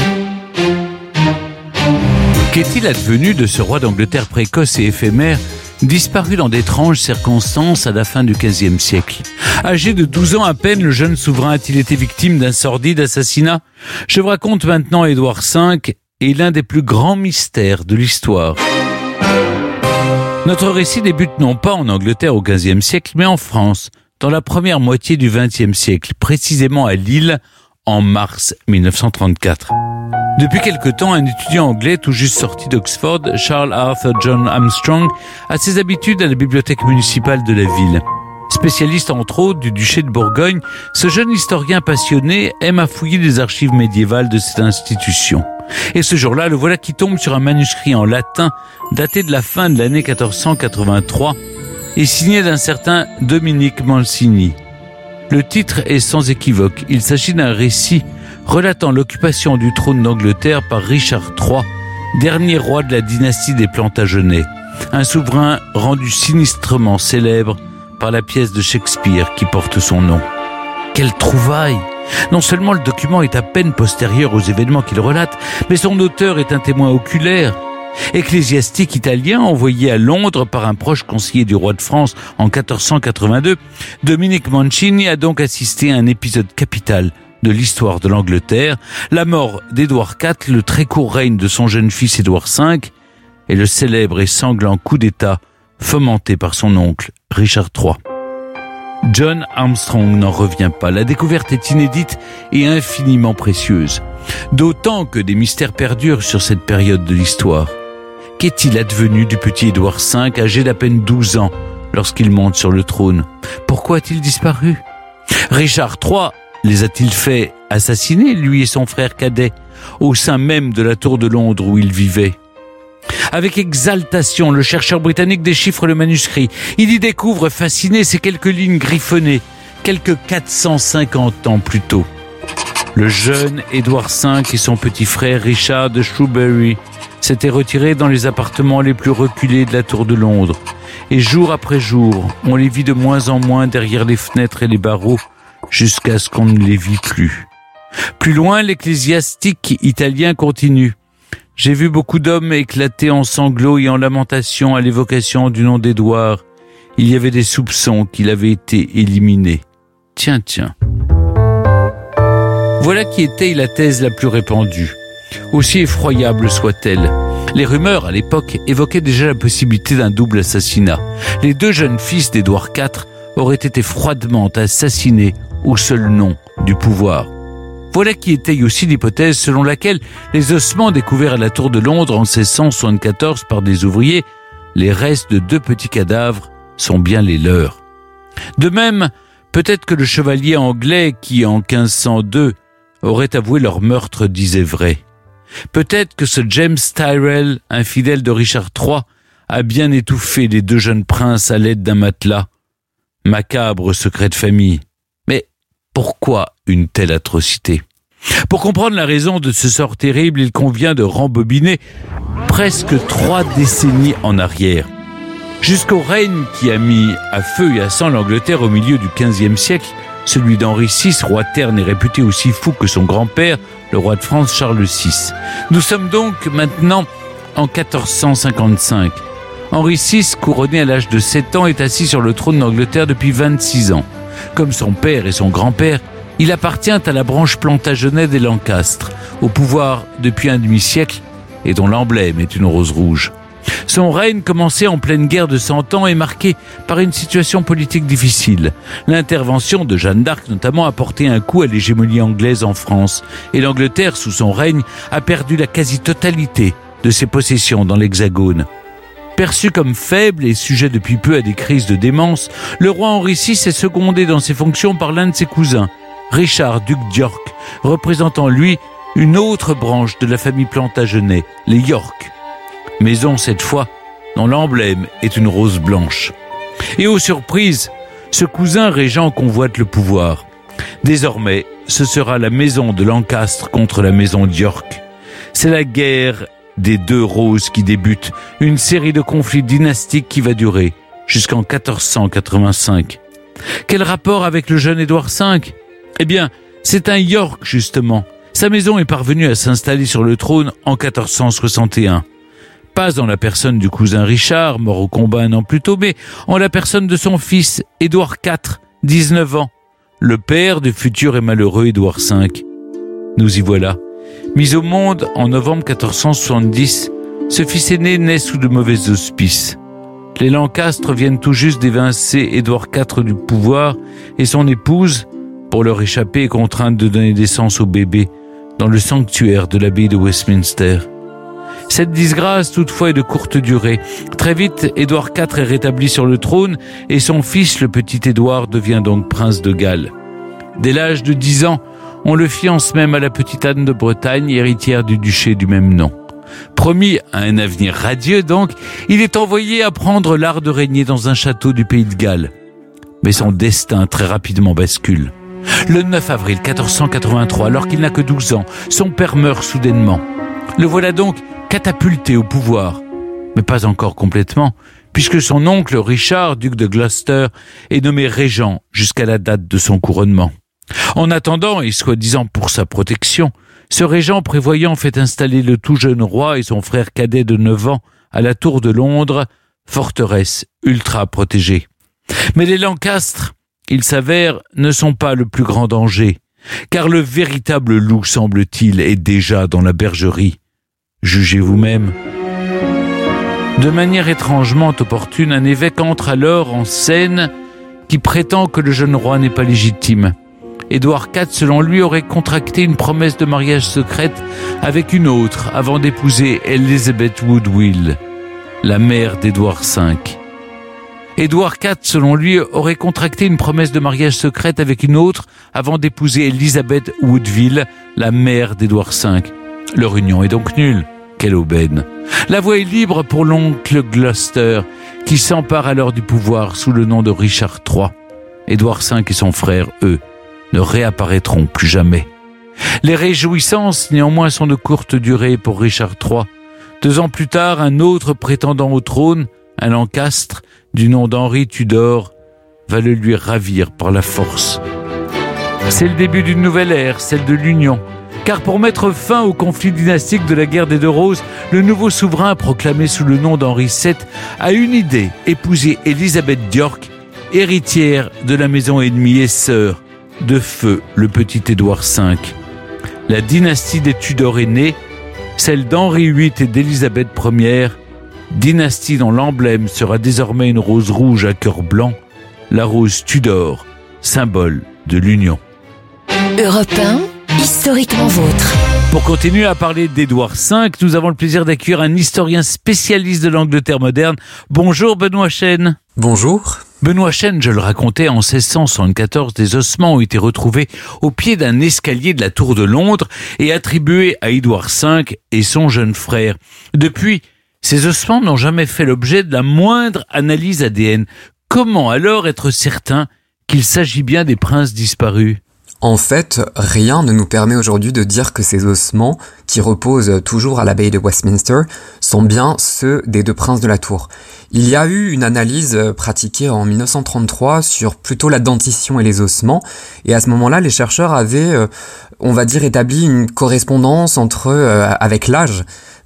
Qu'est-il advenu de ce roi d'Angleterre précoce et éphémère, disparu dans d'étranges circonstances à la fin du quinzième siècle? Âgé de douze ans à peine, le jeune souverain a-t-il été victime d'un sordide assassinat? Je vous raconte maintenant Édouard cinq et l'un des plus grands mystères de l'histoire. Notre récit débute non pas en Angleterre au quinzième siècle, mais en France, dans la première moitié du vingtième siècle, précisément à Lille, en mars mille neuf cent trente-quatre. Depuis quelque temps, un étudiant anglais tout juste sorti d'Oxford, Charles Arthur John Armstrong, a ses habitudes à la bibliothèque municipale de la ville. Spécialiste entre autres du duché de Bourgogne, ce jeune historien passionné aime à fouiller les archives médiévales de cette institution. Et ce jour-là, le voilà qui tombe sur un manuscrit en latin daté de la fin de l'année quatorze cent quatre-vingt-trois et signé d'un certain Dominique Mancini. Le titre est sans équivoque. Il s'agit d'un récit relatant l'occupation du trône d'Angleterre par Richard trois, dernier roi de la dynastie des Plantagenets, un souverain rendu sinistrement célèbre par la pièce de Shakespeare qui porte son nom. Quelle trouvaille! Non seulement le document est à peine postérieur aux événements qu'il relate, mais son auteur est un témoin oculaire. Ecclésiastique italien envoyé à Londres par un proche conseiller du roi de France en quatorze cent quatre-vingt-deux, Dominique Mancini a donc assisté à un épisode capital de l'histoire de l'Angleterre, la mort d'Édouard quatre, le très court règne de son jeune fils Édouard cinq et le célèbre et sanglant coup d'État fomenté par son oncle Richard trois. John Armstrong n'en revient pas. La découverte est inédite et infiniment précieuse. D'autant que des mystères perdurent sur cette période de l'histoire. Qu'est-il advenu du petit Édouard cinq, âgé d'à peine douze ans, lorsqu'il monte sur le trône? Pourquoi a-t-il disparu? Richard trois les a-t-il fait assassiner, lui et son frère cadet, au sein même de la tour de Londres où ils vivaient? Avec exaltation, le chercheur britannique déchiffre le manuscrit. Il y découvre, fasciné, ces quelques lignes griffonnées, quelques quatre cent cinquante ans plus tôt. Le jeune Édouard cinq et son petit frère Richard de Shrewsbury s'étaient retirés dans les appartements les plus reculés de la tour de Londres. Et jour après jour, on les vit de moins en moins derrière les fenêtres et les barreaux, jusqu'à ce qu'on ne les vit plus. Plus loin, l'ecclésiastique italien continue. J'ai vu beaucoup d'hommes éclater en sanglots et en lamentations à l'évocation du nom d'Édouard. Il y avait des soupçons qu'il avait été éliminé. Tiens, tiens. Voilà qui était la thèse la plus répandue. Aussi effroyable soit-elle. Les rumeurs, à l'époque, évoquaient déjà la possibilité d'un double assassinat. Les deux jeunes fils d'Édouard quatre auraient été froidement assassinés au seul nom du pouvoir. Voilà qui étaye aussi l'hypothèse selon laquelle les ossements découverts à la tour de Londres en seize cent soixante-quatorze par des ouvriers, les restes de deux petits cadavres, sont bien les leurs. De même, peut-être que le chevalier anglais qui, en quinze cent deux, aurait avoué leur meurtre disait vrai. Peut-être que ce James Tyrrell, infidèle de Richard trois, a bien étouffé les deux jeunes princes à l'aide d'un matelas. Macabre secret de famille. Mais pourquoi une telle atrocité? Pour comprendre la raison de ce sort terrible, il convient de rembobiner presque trois décennies en arrière. Jusqu'au règne qui a mis à feu et à sang l'Angleterre au milieu du quinzième siècle, celui d'Henri six, roi terne et réputé aussi fou que son grand-père, le roi de France Charles six. Nous sommes donc maintenant en quatorze cent cinquante-cinq. Henri six, couronné à l'âge de sept ans, est assis sur le trône d'Angleterre depuis vingt-six ans. Comme son père et son grand-père, Il appartient à la branche Plantagenet des Lancastre, au pouvoir depuis un demi-siècle et dont l'emblème est une rose rouge. Son règne, commencé en pleine guerre de Cent Ans, est marqué par une situation politique difficile. L'intervention de Jeanne d'Arc, notamment, a porté un coup à l'hégémonie anglaise en France. Et l'Angleterre, sous son règne, a perdu la quasi-totalité de ses possessions dans l'Hexagone. Perçu comme faible et sujet depuis peu à des crises de démence, le roi Henri six est secondé dans ses fonctions par l'un de ses cousins, Richard, duc d'York, représentant, lui, une autre branche de la famille Plantagenet, les York. Maison, cette fois, dont l'emblème est une rose blanche. Et aux surprises, ce cousin régent convoite le pouvoir. Désormais, ce sera la maison de Lancastre contre la maison d'York. C'est la guerre des deux roses qui débute, une série de conflits dynastiques qui va durer jusqu'en quatorze cent quatre-vingt-cinq. Quel rapport avec le jeune Édouard cinq ? Eh bien, c'est un York, justement. Sa maison est parvenue à s'installer sur le trône en quatorze cent soixante et un. Pas en la personne du cousin Richard, mort au combat un an plus tôt, mais en la personne de son fils, Édouard quatre, dix-neuf ans, le père du futur et malheureux Édouard cinq. Nous y voilà. Mis au monde en novembre quatorze cent soixante-dix, ce fils aîné naît sous de mauvais auspices. Les Lancastre viennent tout juste d'évincer Édouard quatre du pouvoir et son épouse, pour leur échapper, est contrainte de donner naissance au bébé dans le sanctuaire de l'abbaye de Westminster. Cette disgrâce, toutefois, est de courte durée. Très vite, Édouard quatre est rétabli sur le trône et son fils, le petit Édouard, devient donc prince de Galles. Dès l'âge de dix ans, on le fiance même à la petite Anne de Bretagne, héritière du duché du même nom. Promis à un avenir radieux donc, il est envoyé apprendre l'art de régner dans un château du pays de Galles. Mais son destin très rapidement bascule. Le neuf avril quatorze cent quatre-vingt-trois, alors qu'il n'a que douze ans, son père meurt soudainement. Le voilà donc catapulté au pouvoir, mais pas encore complètement, puisque son oncle Richard, duc de Gloucester, est nommé régent jusqu'à la date de son couronnement. En attendant, et soi-disant pour sa protection, ce régent prévoyant fait installer le tout jeune roi et son frère cadet de neuf ans à la tour de Londres, forteresse ultra protégée. Mais les Lancastre, il s'avère, ne sont pas le plus grand danger, car le véritable loup, semble-t-il, est déjà dans la bergerie. Jugez vous-même. De manière étrangement opportune, un évêque entre alors en scène qui prétend que le jeune roi n'est pas légitime. Édouard quatre, selon lui, aurait contracté une promesse de mariage secrète avec une autre avant d'épouser Elizabeth Woodville, la mère d'Édouard cinq. Édouard quatre, selon lui, aurait contracté une promesse de mariage secrète avec une autre avant d'épouser Elizabeth Woodville, la mère d'Édouard cinq. Leur union est donc nulle. Quelle aubaine. La voie est libre pour l'oncle Gloucester, qui s'empare alors du pouvoir sous le nom de Richard trois. Édouard cinq et son frère, eux, ne réapparaîtront plus jamais. Les réjouissances, néanmoins, sont de courte durée pour Richard trois. Deux ans plus tard, un autre prétendant au trône, un Lancastre, du nom d'Henri Tudor, va le lui ravir par la force. C'est le début d'une nouvelle ère, celle de l'union. Car pour mettre fin au conflit dynastique de la guerre des Deux Roses, le nouveau souverain, proclamé sous le nom d'Henri sept, a une idée, épouser Elizabeth d'York, héritière de la maison ennemie et sœur de feu le petit Édouard cinq. La dynastie des Tudors est née, celle d'Henri huit et d'Élisabeth première, dynastie dont l'emblème sera désormais une rose rouge à cœur blanc, la rose Tudor, symbole de l'union. Europe un, historiquement vôtre. Pour continuer à parler d'Édouard cinq, nous avons le plaisir d'accueillir un historien spécialiste de l'Angleterre moderne. Bonjour Benoît Chêne. Bonjour. Benoît Chêne, je le racontais, en seize cent soixante-quatorze, des ossements ont été retrouvés au pied d'un escalier de la tour de Londres et attribués à Édouard cinq et son jeune frère. Depuis, ces ossements n'ont jamais fait l'objet de la moindre analyse A D N. Comment alors être certain qu'il s'agit bien des princes disparus ? En fait, rien ne nous permet aujourd'hui de dire que ces ossements, qui reposent toujours à l'abbaye de Westminster, sont bien ceux des deux princes de la tour. Il y a eu une analyse pratiquée en mille neuf cent trente-trois sur plutôt la dentition et les ossements, et à ce moment-là, les chercheurs avaient, on va dire, établi une correspondance entre eux avec l'âge,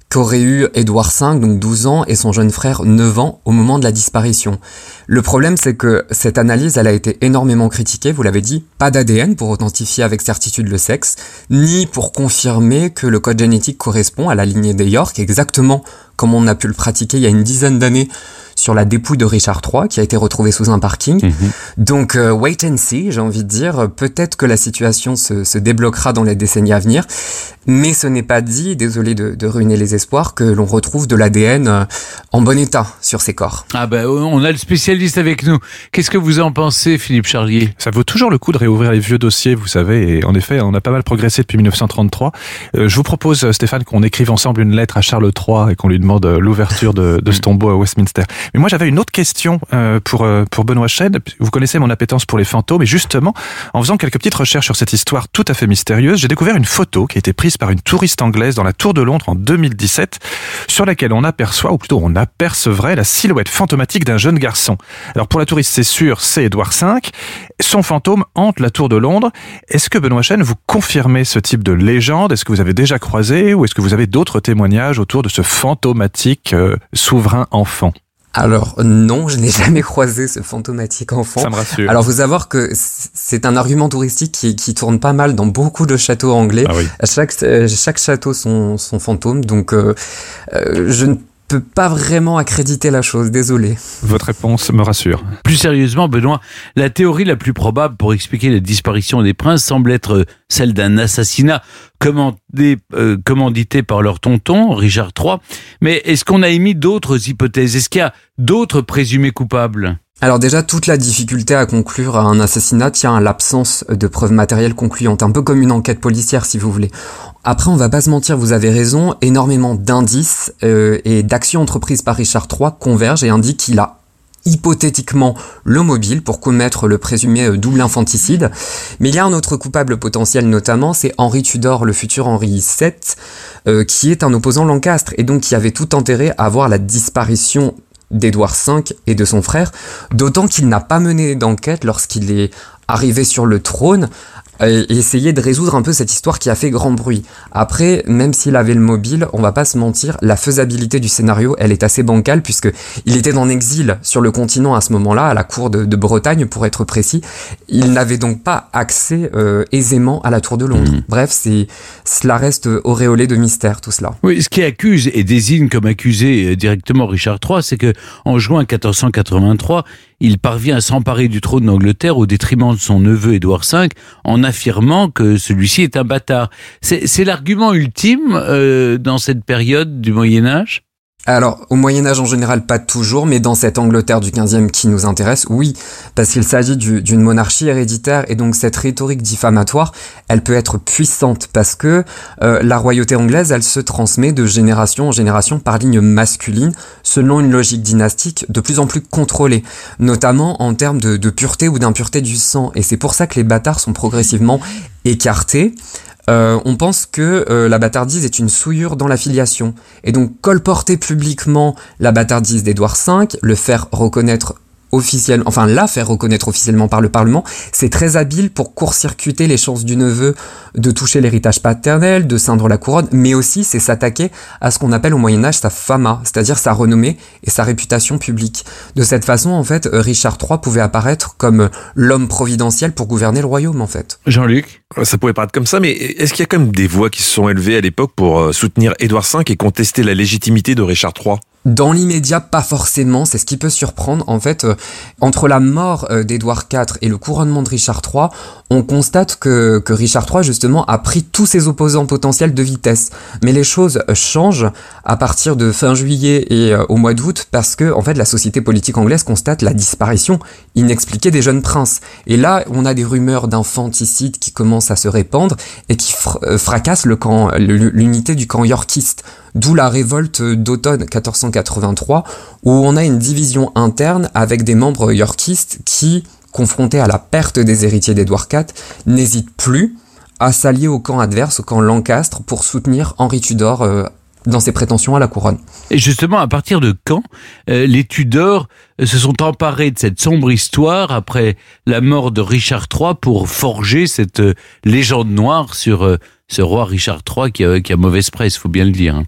qu'aurait eu Édouard cinq, donc douze ans, et son jeune frère neuf ans au moment de la disparition. Le problème, c'est que cette analyse, elle a été énormément critiquée, vous l'avez dit, pas d'A D N pour authentifier avec certitude le sexe, ni pour confirmer que le code génétique correspond à la lignée des York, exactement comme on a pu le pratiquer il y a une dizaine d'années sur la dépouille de Richard trois, qui a été retrouvée sous un parking. Mmh. Donc, euh, wait and see, j'ai envie de dire. Peut-être que la situation se, se débloquera dans les décennies à venir, mais ce n'est pas dit, désolé de, de ruiner les espoirs, que l'on retrouve de l'A D N euh, en bon état sur ces corps. Ah ben, on a le spécialiste avec nous. Qu'est-ce que vous en pensez, Philippe Charlier ? Ça vaut toujours le coup de réouvrir les vieux dossiers, vous savez, et en effet, on a pas mal progressé depuis dix-neuf cent trente-trois. Euh, je vous propose, Stéphane, qu'on écrive ensemble une lettre à Charles trois et qu'on lui demande l'ouverture de, de ce tombeau à Westminster. Mais moi, j'avais une autre question euh, pour euh, pour Benoît Chêne. Vous connaissez mon appétence pour les fantômes, et justement, en faisant quelques petites recherches sur cette histoire tout à fait mystérieuse, j'ai découvert une photo qui a été prise par une touriste anglaise dans la Tour de Londres en deux mille dix-sept, sur laquelle on aperçoit, ou plutôt on apercevrait la silhouette fantomatique d'un jeune garçon. Alors pour la touriste, c'est sûr, c'est Édouard cinq. Son fantôme hante la Tour de Londres. Est-ce que Benoît Chêne, vous confirmez ce type de légende ? Est-ce que vous avez déjà croisé, ou est-ce que vous avez d'autres témoignages autour de ce fantomatique euh, souverain enfant ? Alors non, je n'ai jamais croisé ce fantomatique enfant. Ça me rassure. Alors, faut savoir que c'est un argument touristique qui, qui tourne pas mal dans beaucoup de châteaux anglais. Ah oui. Chaque, chaque château son, son fantôme, donc euh, euh, je ne peux pas vraiment accréditer la chose, désolé. Votre réponse me rassure. Plus sérieusement, Benoît, la théorie la plus probable pour expliquer la disparition des princes semble être celle d'un assassinat commandé, euh, commandité par leur tonton, Richard trois. Mais est-ce qu'on a émis d'autres hypothèses ? Est-ce qu'il y a d'autres présumés coupables ? Alors déjà, toute la difficulté à conclure à un assassinat tient à l'absence de preuves matérielles concluantes, un peu comme une enquête policière si vous voulez. Après, on va pas se mentir, vous avez raison, énormément d'indices euh, et d'actions entreprises par Richard trois convergent et indiquent qu'il a hypothétiquement le mobile pour commettre le présumé double infanticide. Mais il y a un autre coupable potentiel notamment, c'est Henri Tudor, le futur Henri sept, euh, qui est un opposant lancastre et donc qui avait tout intérêt à voir la disparition d'Édouard cinq et de son frère, d'autant qu'il n'a pas mené d'enquête lorsqu'il est arrivé sur le trône et essayer de résoudre un peu cette histoire qui a fait grand bruit. Après, même s'il avait le mobile, on va pas se mentir, la faisabilité du scénario, elle est assez bancale puisque il était en exil sur le continent à ce moment-là, à la cour de, de Bretagne pour être précis. Il n'avait donc pas accès euh, aisément à la Tour de Londres. Mmh. Bref, c'est, cela reste auréolé de mystère tout cela. Oui, ce qui accuse et désigne comme accusé directement Richard trois, c'est que en juin quatorze cent quatre-vingt-trois, il parvient à s'emparer du trône d'Angleterre au détriment de son neveu Édouard cinq en affirmant que celui-ci est un bâtard. C'est, c'est l'argument ultime euh, dans cette période du Moyen-Âge ? Alors, au Moyen-Âge en général, pas toujours, mais dans cette Angleterre du quinzième qui nous intéresse, oui, parce qu'il s'agit du, d'une monarchie héréditaire, et donc cette rhétorique diffamatoire, elle peut être puissante, parce que euh, la royauté anglaise, elle se transmet de génération en génération par ligne masculine, selon une logique dynastique de plus en plus contrôlée, notamment en termes de, de pureté ou d'impureté du sang, et c'est pour ça que les bâtards sont progressivement écartés. Euh, on pense que euh, la bâtardise est une souillure dans la filiation. Et donc, colporter publiquement la bâtardise d'Édouard cinq, le faire reconnaître officiellement, enfin la faire reconnaître officiellement par le Parlement, c'est très habile pour court-circuiter les chances du neveu de toucher l'héritage paternel, de ceindre la couronne, mais aussi c'est s'attaquer à ce qu'on appelle au Moyen-Âge sa fama, c'est-à-dire sa renommée et sa réputation publique. De cette façon, en fait, Richard trois pouvait apparaître comme l'homme providentiel pour gouverner le royaume, en fait. Jean-Luc ? Ça pouvait paraître comme ça, mais est-ce qu'il y a quand même des voix qui se sont élevées à l'époque pour soutenir Édouard cinq et contester la légitimité de Richard trois ? Dans l'immédiat, pas forcément, c'est ce qui peut surprendre. En fait, euh, entre la mort euh, d'Édouard quatre et le couronnement de Richard trois, on constate que, que Richard trois, justement, a pris tous ses opposants potentiels de vitesse. Mais les choses changent à partir de fin juillet et euh, au mois d'août, parce que, en fait, la société politique anglaise constate la disparition inexpliquée des jeunes princes. Et là, on a des rumeurs d'infanticide qui commencent à se répandre et qui fr- euh, fracassent le camp, l'unité du camp yorkiste. D'où la révolte d'automne quatorze cent quatre-vingt-trois, où on a une division interne avec des membres yorkistes qui, confrontés à la perte des héritiers d'Édouard quatre, n'hésitent plus à s'allier au camp adverse, au camp Lancastre, pour soutenir Henri Tudor euh, dans ses prétentions à la couronne. Et justement, à partir de quand euh, les Tudors se sont emparés de cette sombre histoire après la mort de Richard trois pour forger cette euh, légende noire sur euh, ce roi Richard trois qui a, qui a mauvaise presse, faut bien le dire, hein.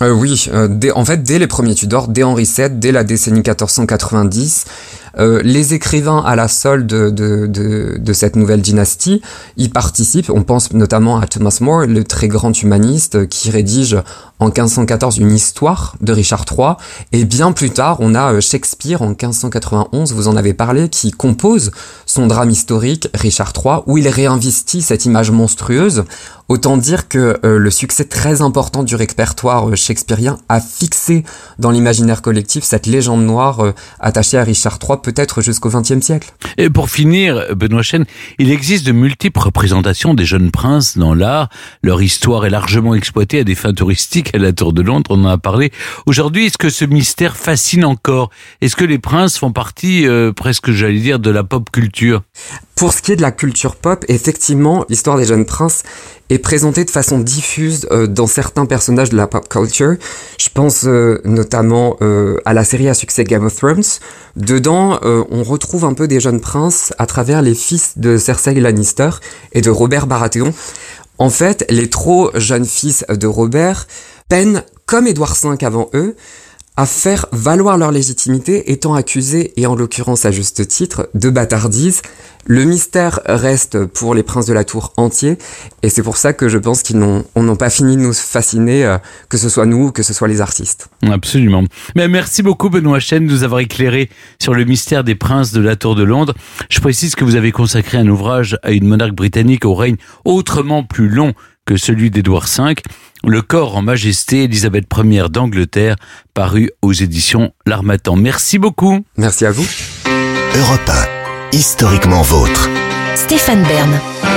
Euh, oui, euh, dès, en fait, dès les premiers Tudors, dès Henri sept, dès la décennie quatorze cent quatre-vingt-dix, euh, les écrivains à la solde de, de, de, de cette nouvelle dynastie y participent. On pense notamment à Thomas More, le très grand humaniste qui rédige en quinze cent quatorze une histoire de Richard trois. Et bien plus tard, on a Shakespeare en quinze cent quatre-vingt-onze, vous en avez parlé, qui compose son drame historique Richard trois, où il réinvestit cette image monstrueuse. Autant dire que euh, le succès très important du répertoire euh, shakespearien a fixé dans l'imaginaire collectif cette légende noire euh, attachée à Richard trois, peut-être jusqu'au vingtième siècle. Et pour finir, Benoît Chêne, il existe de multiples représentations des jeunes princes dans l'art. Leur histoire est largement exploitée à des fins touristiques à la Tour de Londres, on en a parlé. Aujourd'hui, est-ce que ce mystère fascine encore ? Est-ce que les princes font partie, euh, presque j'allais dire, de la pop culture ? Pour ce qui est de la culture pop, effectivement, l'histoire des jeunes princes est présentée de façon diffuse euh, dans certains personnages de la pop culture. Je pense euh, notamment euh, à la série à succès Game of Thrones. Dedans, euh, on retrouve un peu des jeunes princes à travers les fils de Cersei Lannister et de Robert Baratheon. En fait, les trop jeunes fils de Robert peinent, comme Édouard cinq avant eux, à faire valoir leur légitimité, étant accusés, et en l'occurrence à juste titre, de bâtardise. Le mystère reste pour les princes de la Tour entier, et c'est pour ça que je pense qu'ils n'ont, on n'ont pas fini de nous fasciner, euh, que ce soit nous ou que ce soit les artistes. Absolument. Mais merci beaucoup Benoît Chêne de nous avoir éclairé sur le mystère des princes de la Tour de Londres. Je précise que vous avez consacré un ouvrage à une monarque britannique au règne autrement plus long que celui d'Édouard cinq, Le corps en majesté, Élisabeth première d'Angleterre, paru aux éditions L'Harmattan. Merci beaucoup. Merci à vous. Europe un, historiquement vôtre. Stéphane Bern.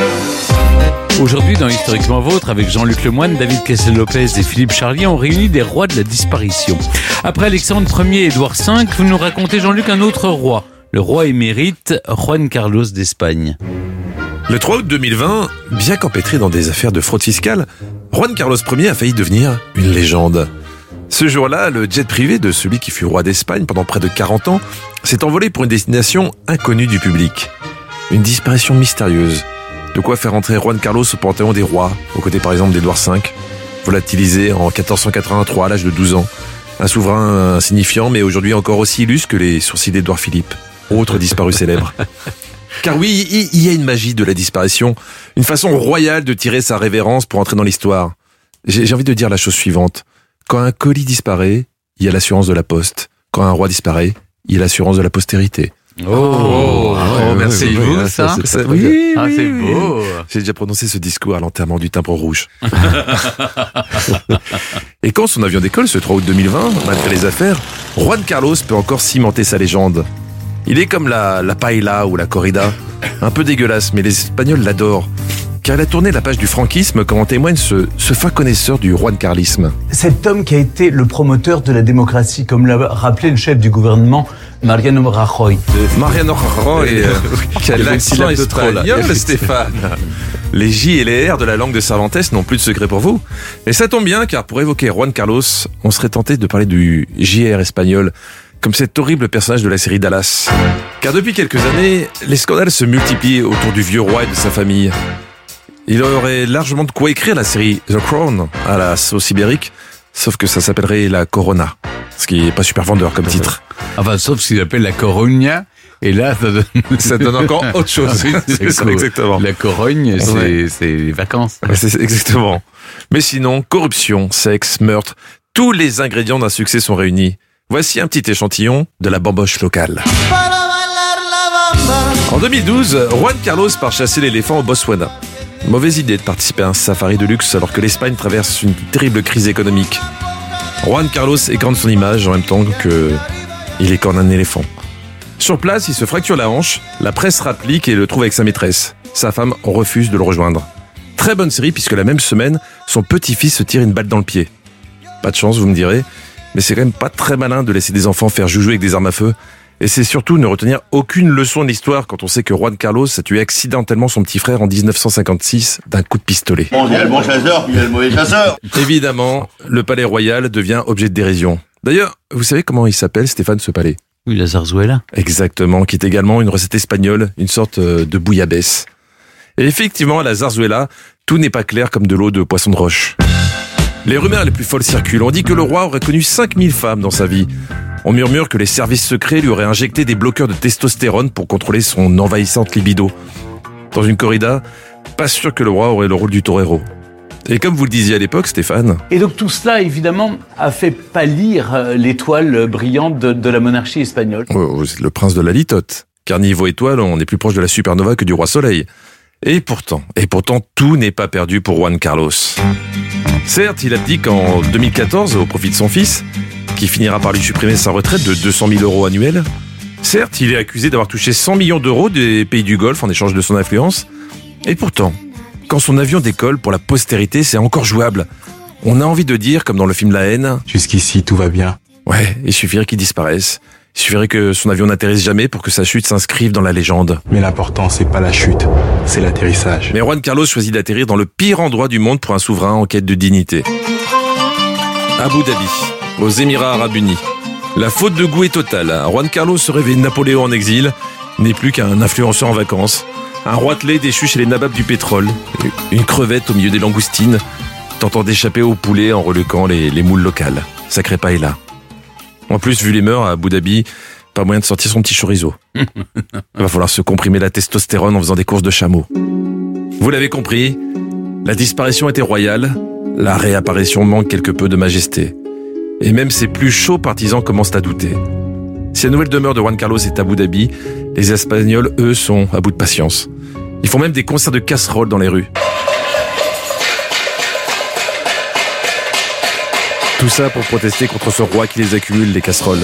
Aujourd'hui, dans Historiquement Vôtre, avec Jean-Luc Lemoyne, David Kessel-Lopez et Philippe Charlier, on réunit des rois de la disparition. Après Alexandre premier et Édouard cinq, vous nous racontez, Jean-Luc, un autre roi, le roi émérite Juan Carlos d'Espagne. Le trois août deux mille vingt, bien qu'empêtré dans des affaires de fraude fiscale, Juan Carlos premier a failli devenir une légende. Ce jour-là, le jet privé de celui qui fut roi d'Espagne pendant près de quarante ans s'est envolé pour une destination inconnue du public. Une disparition mystérieuse. De quoi faire entrer Juan Carlos au panthéon des rois, aux côtés par exemple d'Édouard cinq, volatilisé en quatorze cent quatre-vingt-trois à l'âge de douze ans. Un souverain insignifiant, mais aujourd'hui encore aussi illustre que les sourcils d'Édouard Philippe, autre disparu célèbre. Car oui, il y a une magie de la disparition, une façon royale de tirer sa révérence pour entrer dans l'histoire. J'ai envie de dire la chose suivante. Quand un colis disparaît, il y a l'assurance de la poste. Quand un roi disparaît, il y a l'assurance de la postérité. Oh, oh, oh merci. C'est beau, oui, ça, ça, ça, ça oui, oui, ah, c'est oui. beau. J'ai déjà prononcé ce discours à l'enterrement du timbre rouge. Et quand son avion décolle ce trois août deux mille vingt, malgré les affaires, Juan Carlos peut encore cimenter sa légende. Il est comme la, la paella ou la corrida, un peu dégueulasse, mais les Espagnols l'adorent. Car il a tourné la page du franquisme, comme en témoigne ce, ce fin connaisseur du Juan Carlisme. Cet homme qui a été le promoteur de la démocratie, comme l'a rappelé le chef du gouvernement, Mariano Rajoy. Mariano Rajoy, euh, quel accent espagnol, Stéphane. Les J et les R de la langue de Cervantes n'ont plus de secret pour vous. Et ça tombe bien, car pour évoquer Juan Carlos, on serait tenté de parler du J R espagnol, comme cet horrible personnage de la série Dallas. Car depuis quelques années, les scandales se multiplient autour du vieux roi et de sa famille. Il aurait largement de quoi écrire la série The Crown à la sauce ibérique, sauf que ça s'appellerait la Corona, ce qui est pas super vendeur comme titre. Enfin, sauf ce qu'il appelle la Corogne, et là, ça donne, ça donne encore autre chose. c'est ça, exactement. La Corogne, c'est, ouais. c'est les vacances. Ouais, c'est exactement. Mais sinon, corruption, sexe, meurtre, tous les ingrédients d'un succès sont réunis. Voici un petit échantillon de la bamboche locale. En deux mille douze, Juan Carlos part chasser l'éléphant au Botswana. Mauvaise idée de participer à un safari de luxe alors que l'Espagne traverse une terrible crise économique. Juan Carlos écorne son image en même temps que il écorne un éléphant. Sur place, il se fracture la hanche, la presse rapplique et le trouve avec sa maîtresse. Sa femme refuse de le rejoindre. Très bonne série puisque la même semaine, son petit-fils se tire une balle dans le pied. Pas de chance, vous me direz, mais c'est quand même pas très malin de laisser des enfants faire joujou avec des armes à feu. Et c'est surtout ne retenir aucune leçon de l'histoire quand on sait que Juan Carlos a tué accidentellement son petit frère en dix-neuf cent cinquante-six d'un coup de pistolet. Bon, il y a le bon chasseur, puis il y a le mauvais chasseur. Évidemment, le palais royal devient objet de dérision. D'ailleurs, vous savez comment il s'appelle, Stéphane, ce palais ? Oui, la zarzuela. Exactement, qui est également une recette espagnole, une sorte de bouillabaisse. Et effectivement, à la zarzuela, tout n'est pas clair comme de l'eau de poisson de roche. Les rumeurs les plus folles circulent. On dit que le roi aurait connu cinq mille femmes dans sa vie. On murmure que les services secrets lui auraient injecté des bloqueurs de testostérone pour contrôler son envahissante libido. Dans une corrida, pas sûr que le roi aurait le rôle du torero. Et comme vous le disiez à l'époque, Stéphane... Et donc tout cela, évidemment, a fait pâlir l'étoile brillante de, de la monarchie espagnole. Oh, c'est le prince de la litote. Car niveau étoile, on est plus proche de la supernova que du roi soleil. Et pourtant, et pourtant, tout n'est pas perdu pour Juan Carlos. Certes, il abdique en deux mille quatorze au profit de son fils, qui finira par lui supprimer sa retraite de deux cent mille euros annuels. Certes, il est accusé d'avoir touché cent millions d'euros des pays du Golfe en échange de son influence. Et pourtant, quand son avion décolle pour la postérité, c'est encore jouable. On a envie de dire, comme dans le film La Haine... Jusqu'ici, tout va bien. Ouais, il suffirait qu'il disparaisse. Il suffirait que son avion n'atterrisse jamais pour que sa chute s'inscrive dans la légende. Mais l'important, c'est pas la chute, c'est l'atterrissage. Mais Juan Carlos choisit d'atterrir dans le pire endroit du monde pour un souverain en quête de dignité. Abu Dhabi, aux Émirats Arabes Unis. La faute de goût est totale. Juan Carlos se réveille Napoléon en exil, n'est plus qu'un influenceur en vacances. Un roitelet déchu chez les nababs du pétrole. Une crevette au milieu des langoustines, tentant d'échapper au poulet en reluquant les, les moules locales. Sacré paella. En plus, vu les mœurs à Abu Dhabi, pas moyen de sortir son petit chorizo. Il va falloir se comprimer la testostérone en faisant des courses de chameau. Vous l'avez compris, la disparition était royale, la réapparition manque quelque peu de majesté. Et même ses plus chauds partisans commencent à douter. Si la nouvelle demeure de Juan Carlos est Abu Dhabi, les Espagnols, eux, sont à bout de patience. Ils font même des concerts de casseroles dans les rues. Tout ça pour protester contre ce roi qui les accumule, les casseroles.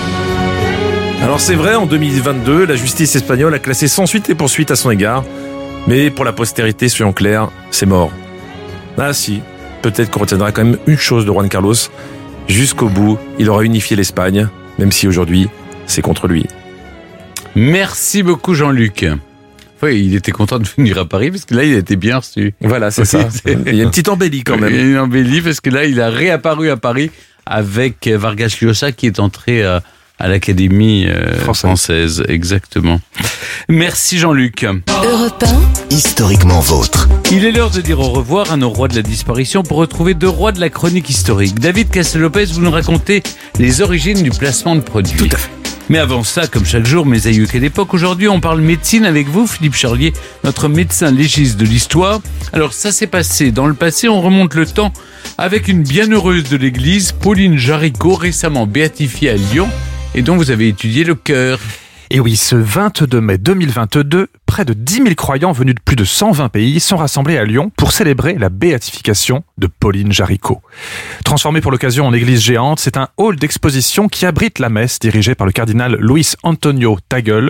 Alors c'est vrai, en deux mille vingt-deux, la justice espagnole a classé sans suite et poursuite à son égard. Mais pour la postérité, soyons clairs, c'est mort. Ah si, peut-être qu'on retiendra quand même une chose de Juan Carlos. Jusqu'au bout, il aura unifié l'Espagne, même si aujourd'hui, c'est contre lui. Merci beaucoup Jean-Luc. Oui, il était content de venir à Paris parce que là, il a été bien reçu. Voilà, c'est ça. Il y a une petite embellie quand même. Il y a une embellie parce que là, il a réapparu à Paris avec Vargas Llosa qui est entré à, à l'Académie euh, française. française. Exactement. Merci Jean-Luc. Europe un, historiquement vôtre. Il est l'heure de dire au revoir à nos rois de la disparition pour retrouver deux rois de la chronique historique. David Castel-Lopez, vous nous racontez les origines du placement de produits. Tout à fait. Mais avant ça, comme chaque jour, mes aïeux quelle époque, aujourd'hui on parle médecine avec vous, Philippe Charlier, notre médecin légiste de l'histoire. Alors ça s'est passé dans le passé, on remonte le temps avec une bienheureuse de l'église, Pauline Jaricot, récemment béatifiée à Lyon et dont vous avez étudié le cœur. Et oui, ce vingt-deux mai deux mille vingt-deux, près de dix mille croyants venus de plus de cent vingt pays sont rassemblés à Lyon pour célébrer la béatification de Pauline Jaricot. Transformé pour l'occasion en église géante, c'est un hall d'exposition qui abrite la messe dirigée par le cardinal Luis Antonio Tagle,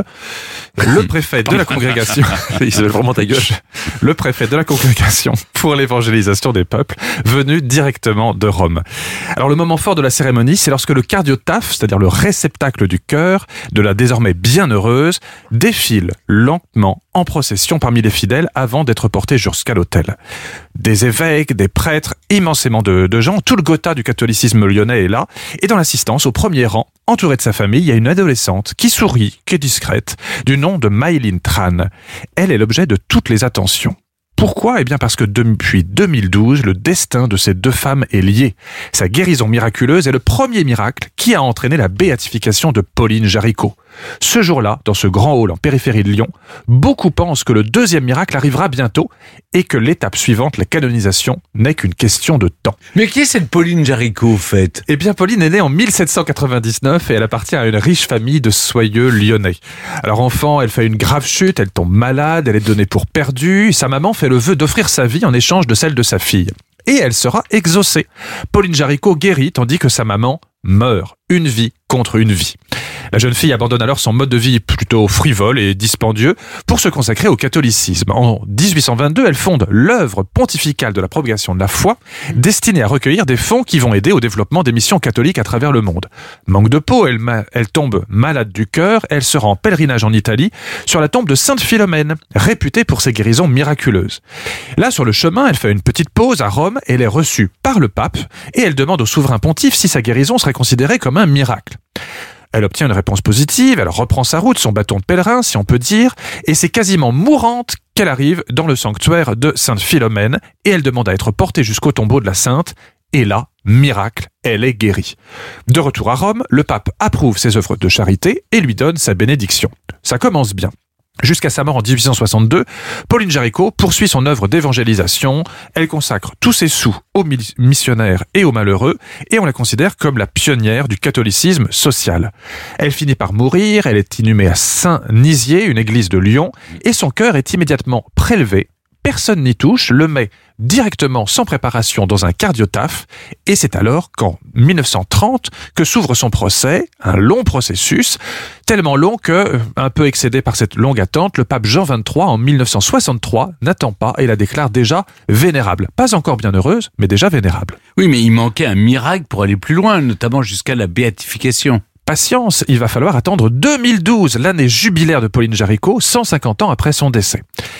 le préfet de la congrégation. Il s'appelle vraiment Tagle. Le préfet de la congrégation pour l'évangélisation des peuples, venu directement de Rome. Alors le moment fort de la cérémonie, c'est lorsque le cardiotaphe, c'est-à-dire le réceptacle du cœur de la désormais bienheureuse, défile lentement en procession parmi les fidèles avant d'être porté jusqu'à l'autel. Des évêques, des prêtres, immensément de, de gens, tout le Gotha du catholicisme lyonnais est là, et dans l'assistance, au premier rang, entourée de sa famille, il y a une adolescente qui sourit, qui est discrète, du nom de Maïline Tran. Elle est l'objet de toutes les attentions. Pourquoi ? Eh bien parce que depuis deux mille douze, le destin de ces deux femmes est lié. Sa guérison miraculeuse est le premier miracle qui a entraîné la béatification de Pauline Jaricot. Ce jour-là, dans ce grand hall en périphérie de Lyon, beaucoup pensent que le deuxième miracle arrivera bientôt et que l'étape suivante, la canonisation, n'est qu'une question de temps. Mais qui est cette Pauline Jaricot, au fait ? Eh bien, Pauline est née en mille sept cent quatre-vingt-dix-neuf et elle appartient à une riche famille de soyeux lyonnais. Alors enfant, elle fait une grave chute, elle tombe malade, elle est donnée pour perdue. Sa maman fait le vœu d'offrir sa vie en échange de celle de sa fille. Et elle sera exaucée. Pauline Jaricot guérit tandis que sa maman meurt. Une vie contre une vie. La jeune fille abandonne alors son mode de vie plutôt frivole et dispendieux pour se consacrer au catholicisme. En dix-huit cent vingt-deux, elle fonde l'œuvre pontificale de la propagation de la foi, destinée à recueillir des fonds qui vont aider au développement des missions catholiques à travers le monde. Manque de peau, elle, ma- elle tombe malade du cœur, elle se rend en pèlerinage en Italie sur la tombe de Sainte Philomène, réputée pour ses guérisons miraculeuses. Là, sur le chemin, elle fait une petite pause à Rome, elle est reçue par le pape et elle demande au souverain pontife si sa guérison serait considérée comme un miracle. Elle obtient une réponse positive, elle reprend sa route, son bâton de pèlerin, si on peut dire, et c'est quasiment mourante qu'elle arrive dans le sanctuaire de Sainte Philomène, et elle demande à être portée jusqu'au tombeau de la sainte, Et là, miracle, elle est guérie. De retour à Rome, le pape approuve ses œuvres de charité et lui donne sa bénédiction. Ça commence bien. Jusqu'à sa mort en dix-huit cent soixante-deux, Pauline Jaricot poursuit son œuvre d'évangélisation. Elle consacre tous ses sous aux missionnaires et aux malheureux et on la considère comme la pionnière du catholicisme social. Elle finit par mourir, elle est inhumée à Saint-Nizier, une église de Lyon, et son cœur est immédiatement prélevé. Personne n'y touche, le met directement sans préparation dans un cardiotaphe et c'est alors qu'en mille neuf cent trente que s'ouvre son procès, un long processus, tellement long que, un peu excédé par cette longue attente, le pape Jean vingt-trois en mille neuf cent soixante-trois n'attend pas et la déclare déjà vénérable. Pas encore bienheureuse, mais déjà vénérable. Oui, mais il manquait un miracle pour aller plus loin, notamment jusqu'à la béatification. Patience, il va falloir attendre deux mille douze, l'année jubilaire de Pauline Jaricot, cent cinquante ans après son décès.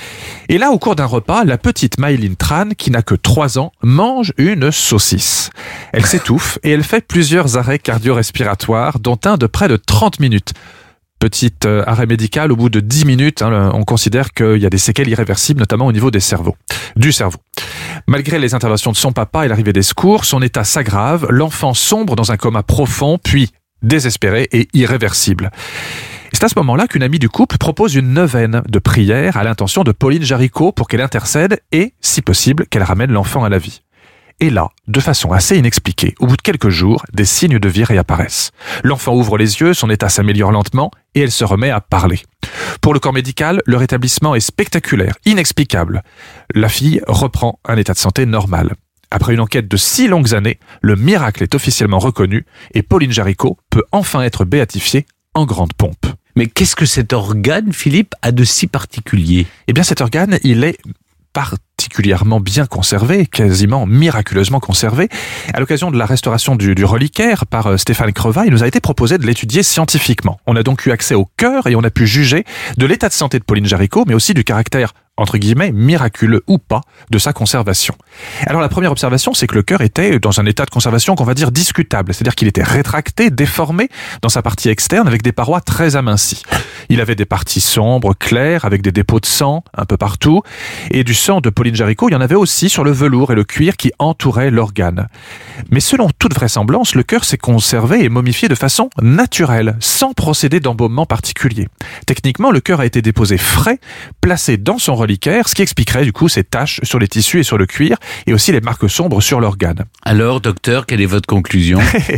Et là, au cours d'un repas, la petite Maëlyn Tran, qui n'a que trois ans, mange une saucisse. Elle s'étouffe et elle fait plusieurs arrêts cardio-respiratoires, dont un de près de trente minutes. Petit euh, arrêt médical, au bout de dix minutes, hein, on considère qu'il y a des séquelles irréversibles, notamment au niveau des cerveaux, du cerveau. Malgré les interventions de son papa et l'arrivée des secours, son état s'aggrave, l'enfant sombre dans un coma profond, puis désespéré et irréversible. C'est à ce moment-là qu'une amie du couple propose une neuvaine de prière à l'intention de Pauline Jaricot pour qu'elle intercède et, si possible, qu'elle ramène l'enfant à la vie. Et là, de façon assez inexpliquée, au bout de quelques jours, des signes de vie réapparaissent. L'enfant ouvre les yeux, son état s'améliore lentement et elle se remet à parler. Pour le corps médical, le rétablissement est spectaculaire, inexplicable. La fille reprend un état de santé normal. Après une enquête de six longues années, le miracle est officiellement reconnu et Pauline Jaricot peut enfin être béatifiée en grande pompe. Mais qu'est-ce que cet organe, Philippe, a de si particulier ? Eh bien, cet organe, il est particulièrement bien conservé, quasiment miraculeusement conservé. À l'occasion de la restauration du, du reliquaire par euh, Stéphane Creva, il nous a été proposé de l'étudier scientifiquement. On a donc eu accès au cœur et on a pu juger de l'état de santé de Pauline Jaricot, mais aussi du caractère entre guillemets, miraculeux ou pas, de sa conservation. Alors la première observation, c'est que le cœur était dans un état de conservation qu'on va dire discutable, c'est-à-dire qu'il était rétracté, déformé dans sa partie externe avec des parois très amincies. Il avait des parties sombres, claires, avec des dépôts de sang un peu partout, et du sang de Pauline Jaricot, il y en avait aussi sur le velours et le cuir qui entouraient l'organe. Mais selon toute vraisemblance, le cœur s'est conservé et momifié de façon naturelle, sans procédé d'embaumement particulier. Techniquement, le cœur a été déposé frais, placé dans son reliquaire, ce qui expliquerait du coup ces taches sur les tissus et sur le cuir, et aussi les marques sombres sur l'organe. Alors, docteur, quelle est votre conclusion ?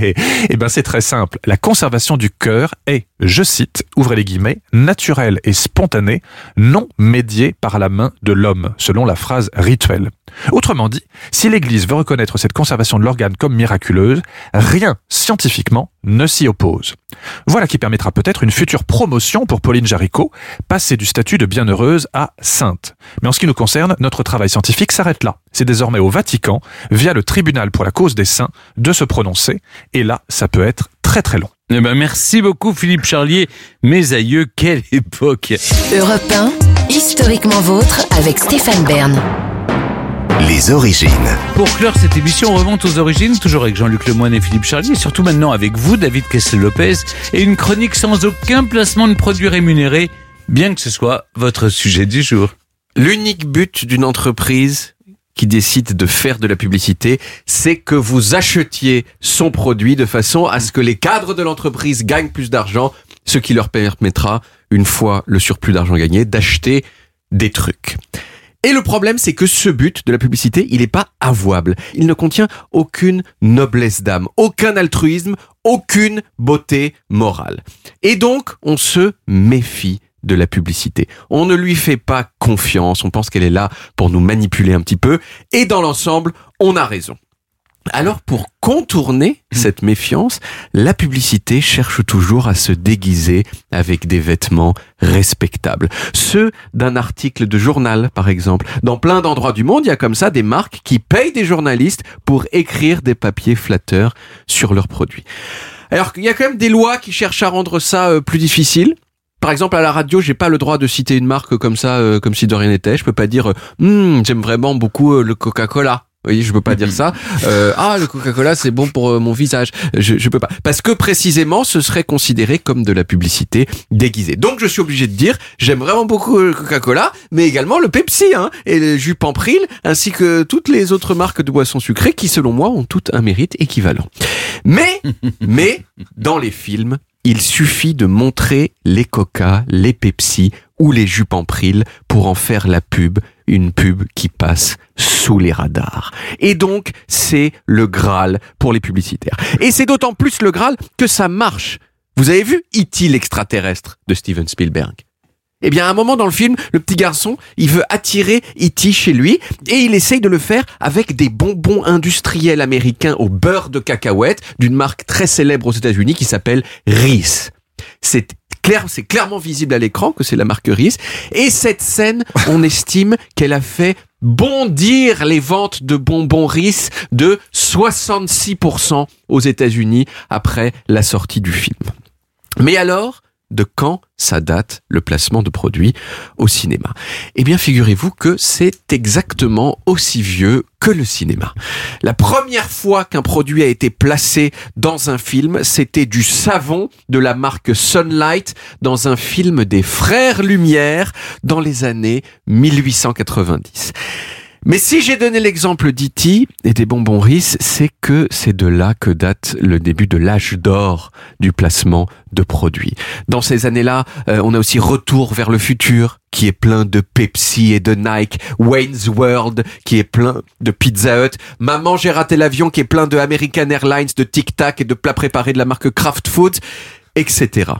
Eh ben, c'est très simple. La conservation du cœur est, je cite, ouvrez les guillemets, naturelle et spontanée, non médiée par la main de l'homme, selon la phrase rituelle. Autrement dit, si l'Église veut reconnaître cette conservation de l'organe comme miraculeuse, rien, scientifiquement, ne s'y oppose. Voilà qui permettra peut-être une future promotion pour Pauline Jaricot, passer du statut de bienheureuse à sainte. Mais en ce qui nous concerne, notre travail scientifique s'arrête là. C'est désormais au Vatican, via le tribunal pour la cause des saints, de se prononcer, et là, ça peut être très très long. Eh ben, merci beaucoup Philippe Charlier, mes aïeux, quelle époque. Europe un, historiquement vôtre, avec Stéphane Bern. Les origines. Pour clore cette émission, on remonte aux origines, toujours avec Jean-Luc Lemoyne et Philippe Charlier, et surtout maintenant avec vous, David Kessel-Lopez, et une chronique sans aucun placement de produits rémunérés, bien que ce soit votre sujet du jour. L'unique but d'une entreprise qui décide de faire de la publicité, c'est que vous achetiez son produit de façon à ce que les cadres de l'entreprise gagnent plus d'argent, ce qui leur permettra, une fois le surplus d'argent gagné, d'acheter des trucs. Et le problème, c'est que ce but de la publicité, il n'est pas avouable. Il ne contient aucune noblesse d'âme, aucun altruisme, aucune beauté morale. Et donc, on se méfie de la publicité. On ne lui fait pas confiance, on pense qu'elle est là pour nous manipuler un petit peu, et dans l'ensemble, on a raison. Alors, pour contourner cette méfiance, la publicité cherche toujours à se déguiser avec des vêtements respectables. Ceux d'un article de journal, par exemple. Dans plein d'endroits du monde, il y a comme ça des marques qui payent des journalistes pour écrire des papiers flatteurs sur leurs produits. Alors, il y a quand même des lois qui cherchent à rendre ça euh, plus difficile. Par exemple, à la radio, j'ai pas le droit de citer une marque comme ça, euh, comme si de rien n'était. Je peux pas dire, hum, j'aime vraiment beaucoup euh, le Coca-Cola. Vous voyez, je peux pas dire ça. Euh, ah, le Coca-Cola, c'est bon pour euh, mon visage. Je, je peux pas. Parce que précisément, ce serait considéré comme de la publicité déguisée. Donc, je suis obligé de dire, j'aime vraiment beaucoup le Coca-Cola, mais également le Pepsi, hein, et le jus Pampril, ainsi que toutes les autres marques de boissons sucrées qui, selon moi, ont toutes un mérite équivalent. Mais, mais, dans les films, il suffit de montrer les Coca, les Pepsi ou les jus Pampril pour en faire la pub, une pub qui passe sous les radars. Et donc, c'est le Graal pour les publicitaires. Et c'est d'autant plus le Graal que ça marche. Vous avez vu E T l'extraterrestre de Steven Spielberg ? Eh bien, à un moment dans le film, le petit garçon, il veut attirer E T chez lui et il essaye de le faire avec des bonbons industriels américains au beurre de cacahuète d'une marque très célèbre aux États-Unis qui s'appelle Reese. C'est clair, c'est clairement visible à l'écran que c'est la marque Reese. Et cette scène, on estime qu'elle a fait bondir les ventes de bonbons Reese de soixante-six pour cent aux États-Unis après la sortie du film. Mais alors, de quand ça date le placement de produits au cinéma? Eh bien, figurez-vous que c'est exactement aussi vieux que le cinéma. La première fois qu'un produit a été placé dans un film, c'était du savon de la marque Sunlight dans un film des Frères Lumière dans les années mille huit cent quatre-vingt-dix. Mais si j'ai donné l'exemple d'E T et des bonbons Reese, c'est que c'est de là que date le début de l'âge d'or du placement de produits. Dans ces années-là, euh, on a aussi Retour vers le futur, qui est plein de Pepsi et de Nike, Wayne's World, qui est plein de Pizza Hut, Maman j'ai raté l'avion, qui est plein de American Airlines, de Tic Tac et de plats préparés de la marque Kraft Foods, et cetera.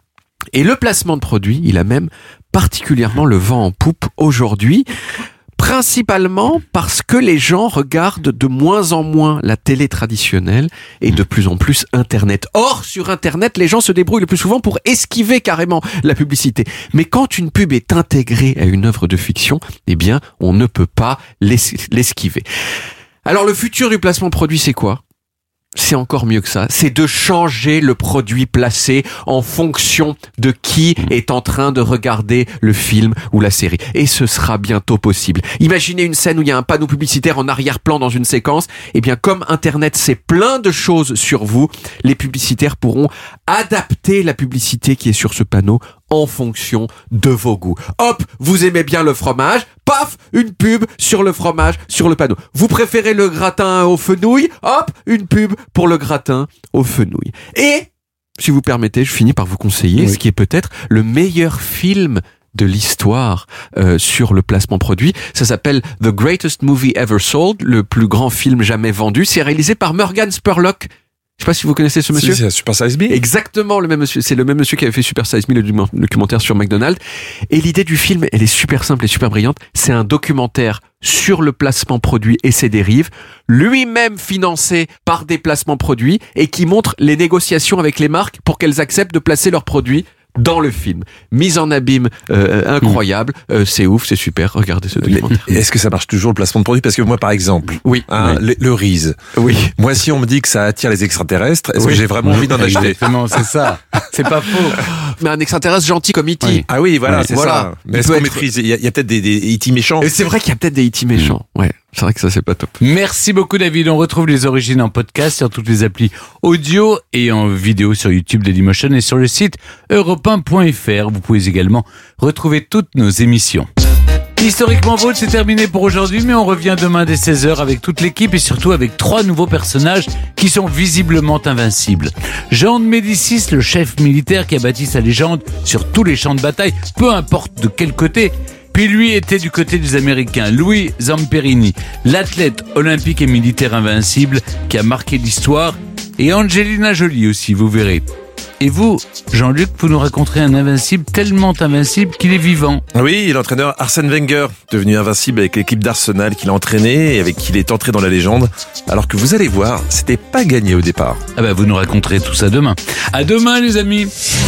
Et le placement de produits, il a même particulièrement le vent en poupe aujourd'hui, principalement parce que les gens regardent de moins en moins la télé traditionnelle et de plus en plus Internet. Or, sur Internet, les gens se débrouillent le plus souvent pour esquiver carrément la publicité. Mais quand une pub est intégrée à une œuvre de fiction, eh bien, on ne peut pas l'es- l'esquiver. Alors, le futur du placement de produit, c'est quoi ? C'est encore mieux que ça. C'est de changer le produit placé en fonction de qui est en train de regarder le film ou la série. Et ce sera bientôt possible. Imaginez une scène où il y a un panneau publicitaire en arrière-plan dans une séquence. Eh bien, comme Internet sait plein de choses sur vous, les publicitaires pourront adapter la publicité qui est sur ce panneau en fonction de vos goûts. Hop, vous aimez bien le fromage, paf, une pub sur le fromage, sur le panneau. Vous préférez le gratin aux fenouilles, hop, une pub pour le gratin aux fenouilles. Et, si vous permettez, je finis par vous conseiller oui. ce qui est peut-être le meilleur film de l'histoire euh, sur le placement produit. Ça s'appelle The Greatest Movie Ever Sold, le plus grand film jamais vendu. C'est réalisé par Morgan Spurlock. Je sais pas si vous connaissez ce monsieur. Si, c'est Super Size Me. Exactement, le même monsieur. C'est le même monsieur qui avait fait Super Size Me, le documentaire sur McDonald's. Et l'idée du film, elle est super simple et super brillante. C'est un documentaire sur le placement produit et ses dérives, lui-même financé par des placements produits et qui montre les négociations avec les marques pour qu'elles acceptent de placer leurs produits dans le film. Mise en abîme euh, incroyable, euh, c'est ouf, c'est super, regardez ce documentaire. Mais est-ce que ça marche toujours le placement de produit? Parce que moi, par exemple, oui, hein, oui. Le, le Reese. Oui. Moi, si on me dit que ça attire les extraterrestres, est-ce oui. que j'ai vraiment envie d'en acheter? Exactement, c'est ça. C'est pas faux. Mais un extraterrestre gentil comme E T. Oui. Ah oui, voilà, ouais. c'est voilà. ça. Mais est-ce qu'on être... maîtrise? Il y a, il y a peut-être des, des E T méchants. Et c'est vrai qu'il y a peut-être des E T méchants. Mmh. Ouais. C'est vrai que ça, c'est pas top. Merci beaucoup, David. On retrouve les origines en podcast sur toutes les applis audio et en vidéo sur YouTube Dailymotion et sur le site europe un point f r. Vous pouvez également retrouver toutes nos émissions. Historiquement Vôtre, c'est terminé pour aujourd'hui, mais on revient demain dès seize heures avec toute l'équipe et surtout avec trois nouveaux personnages qui sont visiblement invincibles. Jean de Médicis, le chef militaire qui a bâti sa légende sur tous les champs de bataille, peu importe de quel côté. Puis lui était du côté des Américains, Louis Zamperini, l'athlète olympique et militaire invincible qui a marqué l'histoire, et Angelina Jolie aussi, vous verrez. Et vous, Jean-Luc, vous nous raconterez un invincible tellement invincible qu'il est vivant. Oui, l'entraîneur Arsène Wenger, devenu invincible avec l'équipe d'Arsenal qu'il a entraîné et avec qui il est entré dans la légende, alors que vous allez voir, c'était pas gagné au départ. Ah bah vous nous raconterez tout ça demain. À demain les amis.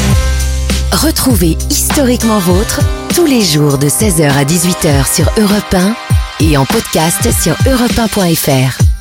Retrouvez Historiquement Vôtre tous les jours de seize heures à dix-huit heures sur Europe un et en podcast sur europe un point f r.